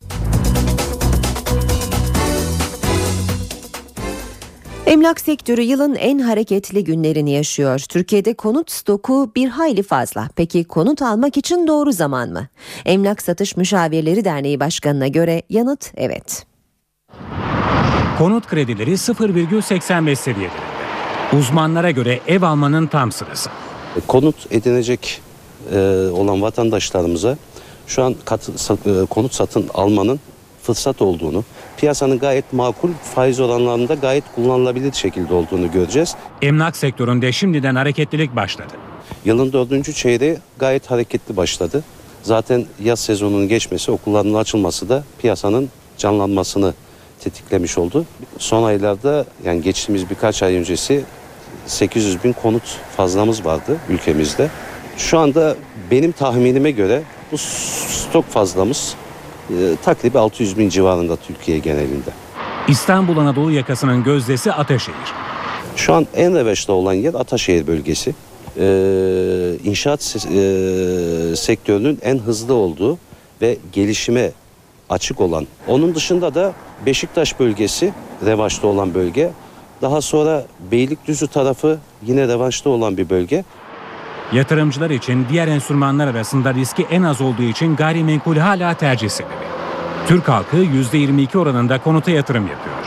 Emlak sektörü yılın en hareketli günlerini yaşıyor. Türkiye'de konut stoku bir hayli fazla. Peki konut almak için doğru zaman mı? Emlak Satış Müşavirleri Derneği Başkanı'na göre yanıt evet. Konut kredileri sıfır virgül seksen beş seviyelerinde. Uzmanlara göre ev almanın tam sırası. Konut edinecek e, olan vatandaşlarımıza şu an kat, e, konut satın almanın fırsat olduğunu, piyasanın gayet makul faiz oranlarında gayet kullanılabilir şekilde olduğunu göreceğiz. Emlak sektöründe şimdiden hareketlilik başladı. Yılın dördüncü çeyreği gayet hareketli başladı. Zaten yaz sezonunun geçmesi, okulların açılması da piyasanın canlanmasını tetiklemiş oldu. Son aylarda, yani geçtiğimiz birkaç ay öncesi sekiz yüz bin konut fazlamız vardı ülkemizde. Şu anda benim tahminime göre bu stok fazlamız e, takribi altı yüz bin civarında Türkiye genelinde. İstanbul Anadolu yakasının gözdesi Ataşehir. Şu an en revaçta olan yer Ataşehir bölgesi. Ee, inşaat e, sektörünün en hızlı olduğu ve gelişime açık olan. Onun dışında da Beşiktaş bölgesi revaçta olan bölge. Daha sonra Beylikdüzü tarafı yine revaçta olan bir bölge. Yatırımcılar için diğer enstrümanlar arasında riski en az olduğu için gayrimenkul hala tercih sebebi. Türk halkı yüzde yirmi iki oranında konuta yatırım yapıyor.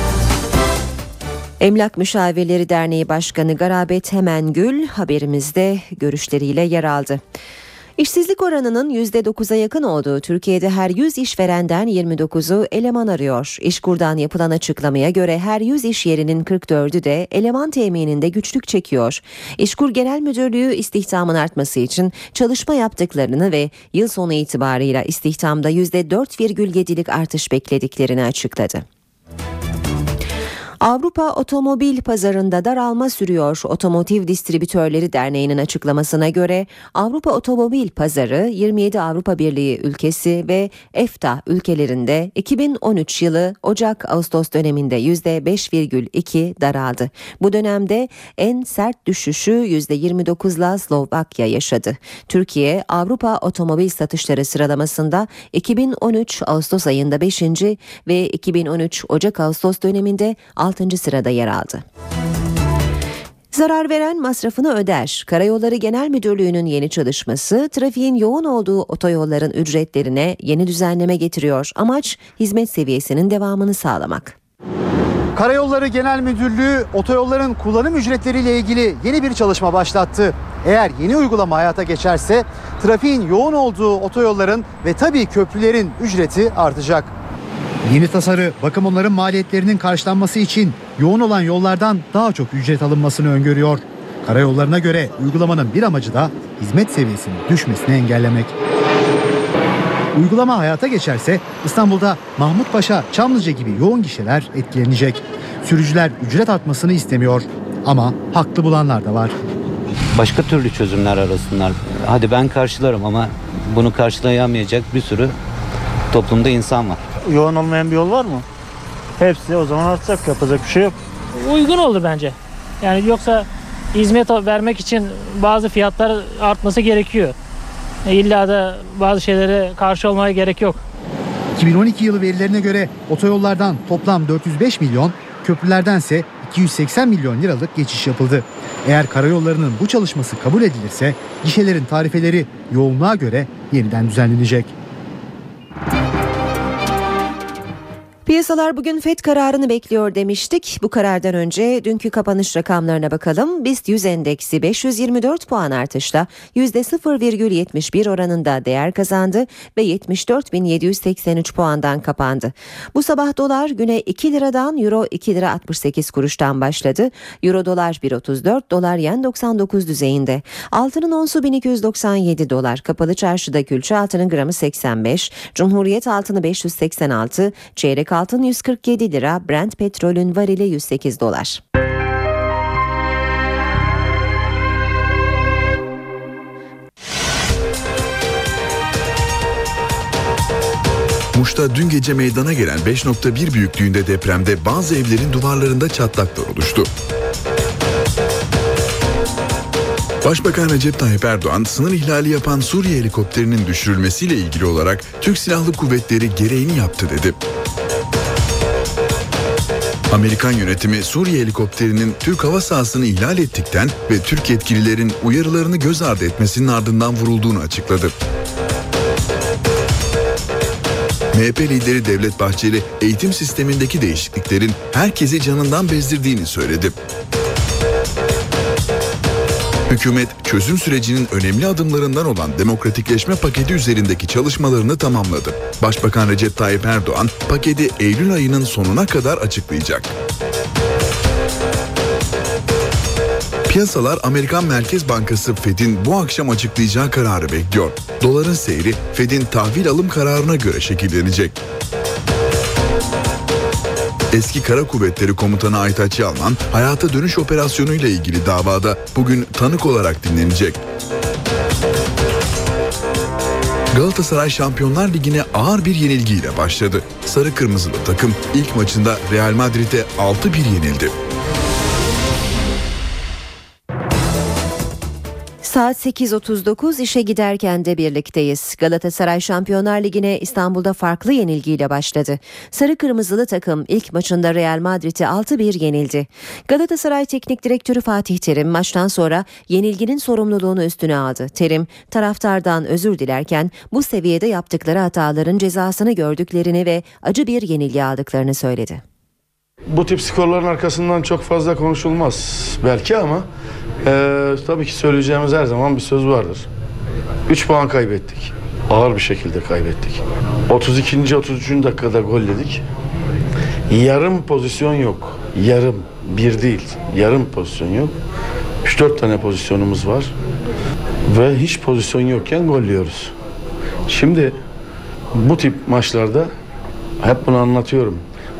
Emlak Müşavirleri Derneği Başkanı Garabet Hemengül haberimizde görüşleriyle yer aldı. İşsizlik oranının yüzde dokuza yakın olduğu Türkiye'de her yüz işverenden yirmi dokuzu eleman arıyor. İşkur'dan yapılan açıklamaya göre her yüz iş yerinin kırk dördü de eleman temininde güçlük çekiyor. İşkur Genel Müdürlüğü istihdamın artması için çalışma yaptıklarını ve yıl sonu itibarıyla istihdamda yüzde dört virgül yedilik artış beklediklerini açıkladı. Avrupa otomobil pazarında daralma sürüyor. Otomotiv Distribütörleri Derneği'nin açıklamasına göre Avrupa otomobil pazarı yirmi yedi Avrupa Birliği ülkesi ve EFTA ülkelerinde iki bin on üç yılı Ocak-Ağustos döneminde yüzde beş virgül iki daraldı. Bu dönemde en sert düşüşü yüzde yirmi dokuzla Slovakya yaşadı. Türkiye Avrupa otomobil satışları sıralamasında iki bin on üç Ağustos ayında beşinci ve iki bin on üç Ocak-Ağustos döneminde altıncı sırada yer aldı. Zarar veren masrafını öder. Karayolları Genel Müdürlüğü'nün yeni çalışması trafiğin yoğun olduğu otoyolların ücretlerine yeni düzenleme getiriyor. Amaç hizmet seviyesinin devamını sağlamak. Karayolları Genel Müdürlüğü otoyolların kullanım ücretleriyle ilgili yeni bir çalışma başlattı. Eğer yeni uygulama hayata geçerse trafiğin yoğun olduğu otoyolların ve tabii köprülerin ücreti artacak. Yeni tasarı bakım onların maliyetlerinin karşılanması için yoğun olan yollardan daha çok ücret alınmasını öngörüyor. Karayollarına göre uygulamanın bir amacı da hizmet seviyesinin düşmesini engellemek. Uygulama hayata geçerse İstanbul'da Mahmutpaşa, Çamlıca gibi yoğun gişeler etkilenecek. Sürücüler ücret artmasını istemiyor ama haklı bulanlar da var. Başka türlü çözümler arasınlar. Hadi ben karşılarım ama bunu karşılayamayacak bir sürü toplumda insan var. Yoğun olmayan bir yol var mı? Hepsi o zaman artacak, yapacak bir şey yok. Uygun olur bence. Yani yoksa hizmet vermek için bazı fiyatlar artması gerekiyor. İlla da bazı şeylere karşı olmaya gerek yok. iki bin on iki yılı verilerine göre otoyollardan toplam dört yüz beş milyon, köprülerdense iki yüz seksen milyon liralık geçiş yapıldı. Eğer karayollarının bu çalışması kabul edilirse gişelerin tarifeleri yoğunluğa göre yeniden düzenlenecek. Piyasalar bugün F E D kararını bekliyor demiştik. Bu karardan önce dünkü kapanış rakamlarına bakalım. BIST yüz endeksi beş yüz yirmi dört puan artışla yüzde sıfır virgül yetmiş bir oranında değer kazandı ve yetmiş dört bin yedi yüz seksen üç puandan kapandı. Bu sabah dolar güne iki liradan, euro iki lira altmış sekiz kuruştan başladı. Euro dolar bir otuz dört, dolar yen doksan dokuz düzeyinde. Altının onsu bin iki yüz doksan yedi dolar. Kapalı çarşıda külçe altının gramı seksen beş, Cumhuriyet altını beş yüz seksen altı, çeyrek altın yüz kırk yedi lira, Brent petrolün varili yüz sekiz dolar. Muş'ta dün gece meydana gelen beş nokta bir büyüklüğünde depremde bazı evlerin duvarlarında çatlaklar oluştu. Başbakan Recep Tayyip Erdoğan, sınır ihlali yapan Suriye helikopterinin düşürülmesiyle ilgili olarak Türk Silahlı Kuvvetleri gereğini yaptı dedi. Amerikan yönetimi Suriye helikopterinin Türk hava sahasını ihlal ettikten ve Türk yetkililerin uyarılarını göz ardı etmesinin ardından vurulduğunu açıkladı. M H P lideri Devlet Bahçeli, eğitim sistemindeki değişikliklerin herkesi canından bezdirdiğini söyledi. Hükümet, çözüm sürecinin önemli adımlarından olan demokratikleşme paketi üzerindeki çalışmalarını tamamladı. Başbakan Recep Tayyip Erdoğan, paketi Eylül ayının sonuna kadar açıklayacak. Piyasalar Amerikan Merkez Bankası F E D'in bu akşam açıklayacağı kararı bekliyor. Doların seyri F E D'in tahvil alım kararına göre şekillenecek. Eski Kara Kuvvetleri Komutanı Aytaç Yalman, hayata dönüş operasyonuyla ilgili davada bugün tanık olarak dinlenecek. Galatasaray Şampiyonlar Ligi'ne ağır bir yenilgiyle başladı. Sarı Kırmızılı takım ilk maçında Real Madrid'e altı bir yenildi. Saat sekiz otuz dokuz, işe giderken de birlikteyiz. Galatasaray Şampiyonlar Ligi'ne İstanbul'da farklı yenilgiyle başladı. Sarı Kırmızılı takım ilk maçında Real Madrid'e altı bir yenildi. Galatasaray Teknik Direktörü Fatih Terim maçtan sonra yenilginin sorumluluğunu üstüne aldı. Terim taraftardan özür dilerken bu seviyede yaptıkları hataların cezasını gördüklerini ve acı bir yenilgi aldıklarını söyledi. Bu tip skorların arkasından çok fazla konuşulmaz belki ama Ee, tabii ki söyleyeceğimiz her zaman bir söz vardır. üç puan kaybettik. Ağır bir şekilde kaybettik. otuz ikinci otuz üçüncü dakikada gol yedik. Yarım pozisyon yok. Yarım. Bir değil. Yarım pozisyon yok. üç dört tane pozisyonumuz var. Ve hiç pozisyon yokken gol yiyoruz. Şimdi bu tip maçlarda hep bunu anlatıyorum.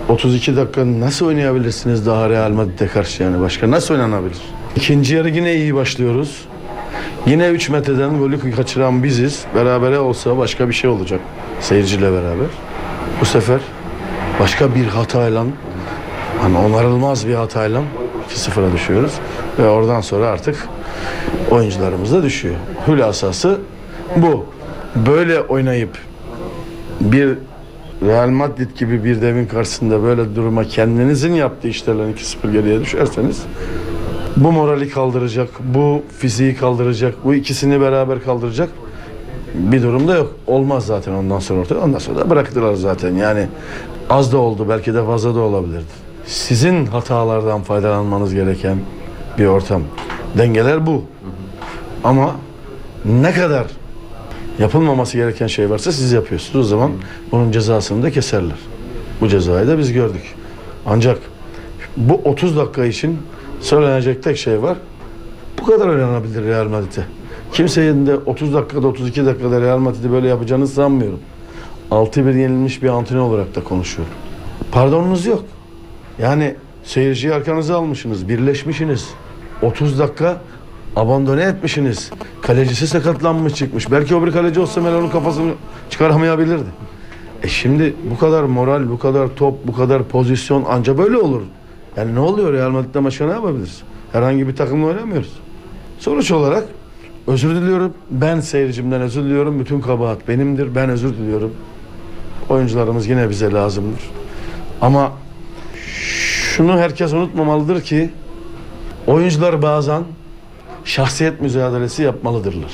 otuz iki dakika nasıl oynayabilirsiniz daha Real Madrid'e karşı yani başka nasıl oynanabilir? İkinci yarı yine iyi başlıyoruz. Yine üç metreden golü kaçıran biziz. Berabere olsa başka bir şey olacak seyirciyle beraber. Bu sefer başka bir hatayla, hani onarılmaz bir hatayla iki sıfıra düşüyoruz. Ve oradan sonra artık oyuncularımız da düşüyor. Hülasası bu. Böyle oynayıp bir Real Madrid gibi bir devin karşısında böyle duruma kendinizin yaptığı işlerle iki sıfır geriye düşerseniz bu morali kaldıracak, bu fiziği kaldıracak, bu ikisini beraber kaldıracak bir durumda yok. Olmaz zaten ondan sonra ortaya. Ondan sonra da bıraktılar zaten. Yani az da oldu, belki de fazla da olabilirdi. Sizin hatalardan faydalanmanız gereken bir ortam. Dengeler bu. Ama ne kadar yapılmaması gereken şey varsa siz yapıyorsunuz. O zaman bunun cezasını da keserler. Bu cezayı da biz gördük. Ancak bu otuz dakika için söylenecek tek şey var. Bu kadar oynanabilir Real Madrid'e. Kimsenin de otuz dakikada otuz iki dakikada Real Madrid'i böyle yapacağını sanmıyorum. altı bir yenilmiş bir antrenör olarak da konuşuyorum. Pardonunuz yok. Yani seyirciyi arkanıza almışsınız, birleşmişsiniz. otuz dakika abandone etmişsiniz. Kalecisi sakatlanmış çıkmış. Belki o bir kaleci olsa Melo'nun kafasını çıkaramayabilirdi. E şimdi bu kadar moral, bu kadar top, bu kadar pozisyon anca böyle olur. Yani ne oluyor Real Madrid'de başka ne yapabiliriz? Herhangi bir takımla oynamıyoruz. Sonuç olarak özür diliyorum. Ben seyircimden özür diliyorum. Bütün kabahat benimdir. Ben özür diliyorum. Oyuncularımız yine bize lazımdır. Ama şunu herkes unutmamalıdır ki oyuncular bazen şahsiyet mücadelesi yapmalıdırlar.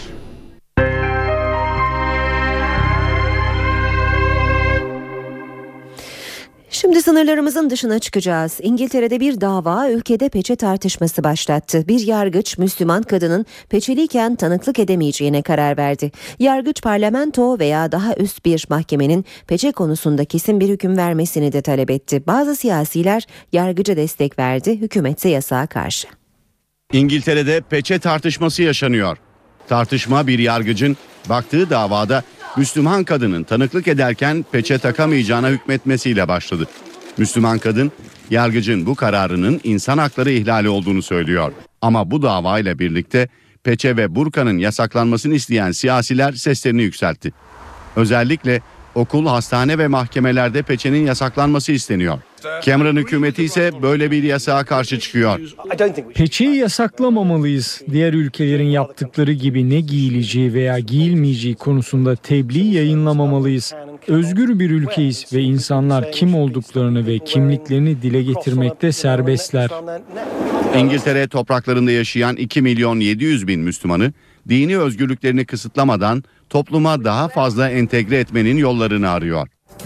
Şimdi sınırlarımızın dışına çıkacağız. İngiltere'de bir dava ülkede peçe tartışması başlattı. Bir yargıç Müslüman kadının peçeliyken tanıklık edemeyeceğine karar verdi. Yargıç parlamento veya daha üst bir mahkemenin peçe konusunda kesin bir hüküm vermesini de talep etti. Bazı siyasiler yargıca destek verdi, hükümetse yasağa karşı. İngiltere'de peçe tartışması yaşanıyor. Tartışma bir yargıcın baktığı davada Müslüman kadının tanıklık ederken peçe takamayacağına hükmetmesiyle başladı. Müslüman kadın, yargıcın bu kararının insan hakları ihlali olduğunu söylüyor. Ama bu davayla birlikte peçe ve burkanın yasaklanmasını isteyen siyasiler seslerini yükseltti. Özellikle okul, hastane ve mahkemelerde peçenin yasaklanması isteniyor. Cameron hükümeti ise böyle bir yasağa karşı çıkıyor. Peçeyi yasaklamamalıyız. Diğer ülkelerin yaptıkları gibi ne giyileceği veya giyilmeyeceği konusunda tebliğ yayınlamamalıyız. Özgür bir ülkeyiz ve insanlar kim olduklarını ve kimliklerini dile getirmekte serbestler. İngiltere topraklarında yaşayan iki milyon yedi yüz bin Müslümanı dini özgürlüklerini kısıtlamadan topluma daha fazla entegre etmenin yollarını arıyor.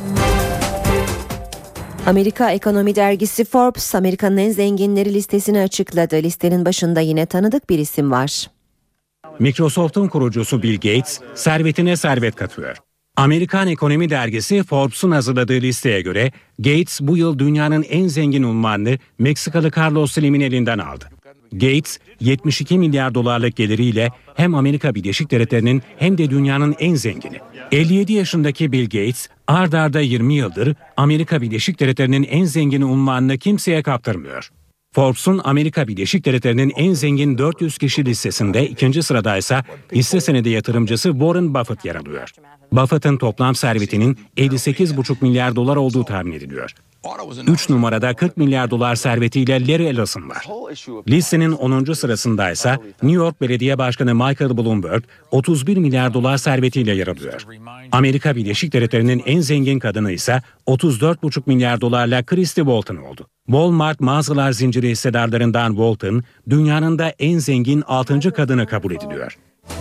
Amerika Ekonomi Dergisi Forbes, Amerika'nın en zenginleri listesini açıkladı. Listenin başında yine tanıdık bir isim var. Microsoft'un kurucusu Bill Gates servetine servet katıyor. Amerikan Ekonomi Dergisi Forbes'un hazırladığı listeye göre Gates bu yıl dünyanın en zengin unvanını Meksikalı Carlos Slim'in elinden aldı. Gates yetmiş iki milyar dolarlık geliriyle hem Amerika Birleşik Devletleri'nin hem de dünyanın en zengini. elli yedi yaşındaki Bill Gates ard arda yirmi yıldır Amerika Birleşik Devletleri'nin en zengin unvanını kimseye kaptırmıyor. Forbes'un Amerika Birleşik Devletleri'nin en zengin dört yüz kişi listesinde ikinci sıradaysa hisse senedi yatırımcısı Warren Buffett yer alıyor. Buffett'ın toplam servetinin elli sekiz buçuk milyar dolar olduğu tahmin ediliyor. üç numarada kırk milyar dolar servetiyle Larry Ellison var. Listenin onuncu sırasındaysa New York Belediye Başkanı Michael Bloomberg otuz bir milyar dolar servetiyle yer alıyor. Amerika Birleşik Devletleri'nin en zengin kadını ise otuz dört buçuk milyar dolarla Christy Walton oldu. Walmart mağazalar zinciri hissedarlarından Walton, dünyanın da en zengin altıncı kadını kabul ediliyor.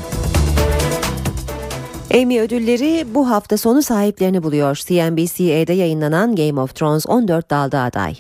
Emmy ödülleri bu hafta sonu sahiplerini buluyor. C N B C'de yayınlanan Game of Thrones on dört dalda aday.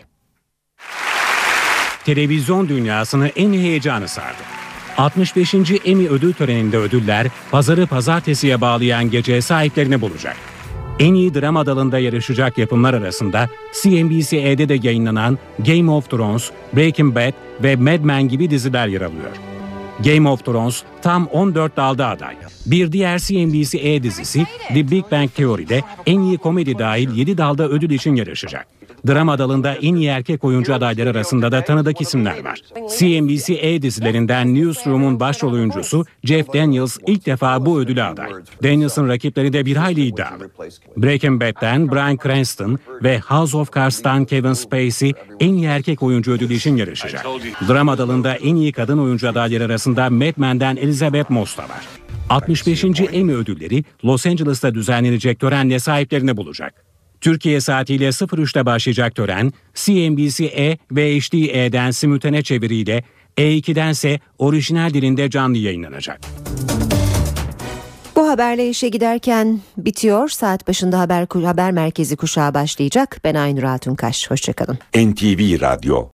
Televizyon dünyasını en heyecanı sardı. altmış beşinci Emmy ödül töreninde ödüller pazarı pazartesiye bağlayan geceye sahiplerini bulacak. En iyi drama dalında yarışacak yapımlar arasında C N B C'de de yayınlanan Game of Thrones, Breaking Bad ve Mad Men gibi diziler yer alıyor. Game of Thrones tam on dört dalda aday. Bir diğer C N B C dizisi The Big Bang Theory'de en iyi komedi dahil yedi dalda ödül için yarışacak. Drama dalında en iyi erkek oyuncu adayları arasında da tanıdık isimler var. C N B C A dizilerinden Newsroom'un başrol oyuncusu Jeff Daniels ilk defa bu ödüle aday. Daniels'ın rakipleri de bir hayli iddialı. Breaking Bad'den Bryan Cranston ve House of Cards'tan Kevin Spacey en iyi erkek oyuncu ödülü için yarışacak. Drama dalında en iyi kadın oyuncu adayları arasında Mad Men'den Elizabeth Moss da var. altmış beşinci Emmy ödülleri Los Angeles'ta düzenlenecek törenle sahiplerini bulacak. Türkiye saatiyle sıfır üçte başlayacak tören, C N B C E ve H D E'den simültane çeviriyle, E iki'dense orijinal dilinde canlı yayınlanacak. Bu haberle işe giderken bitiyor. Saat başında haber haber merkezi kuşağı başlayacak. Ben Aynur Altunkaş. Hoşçakalın. N T V Radyo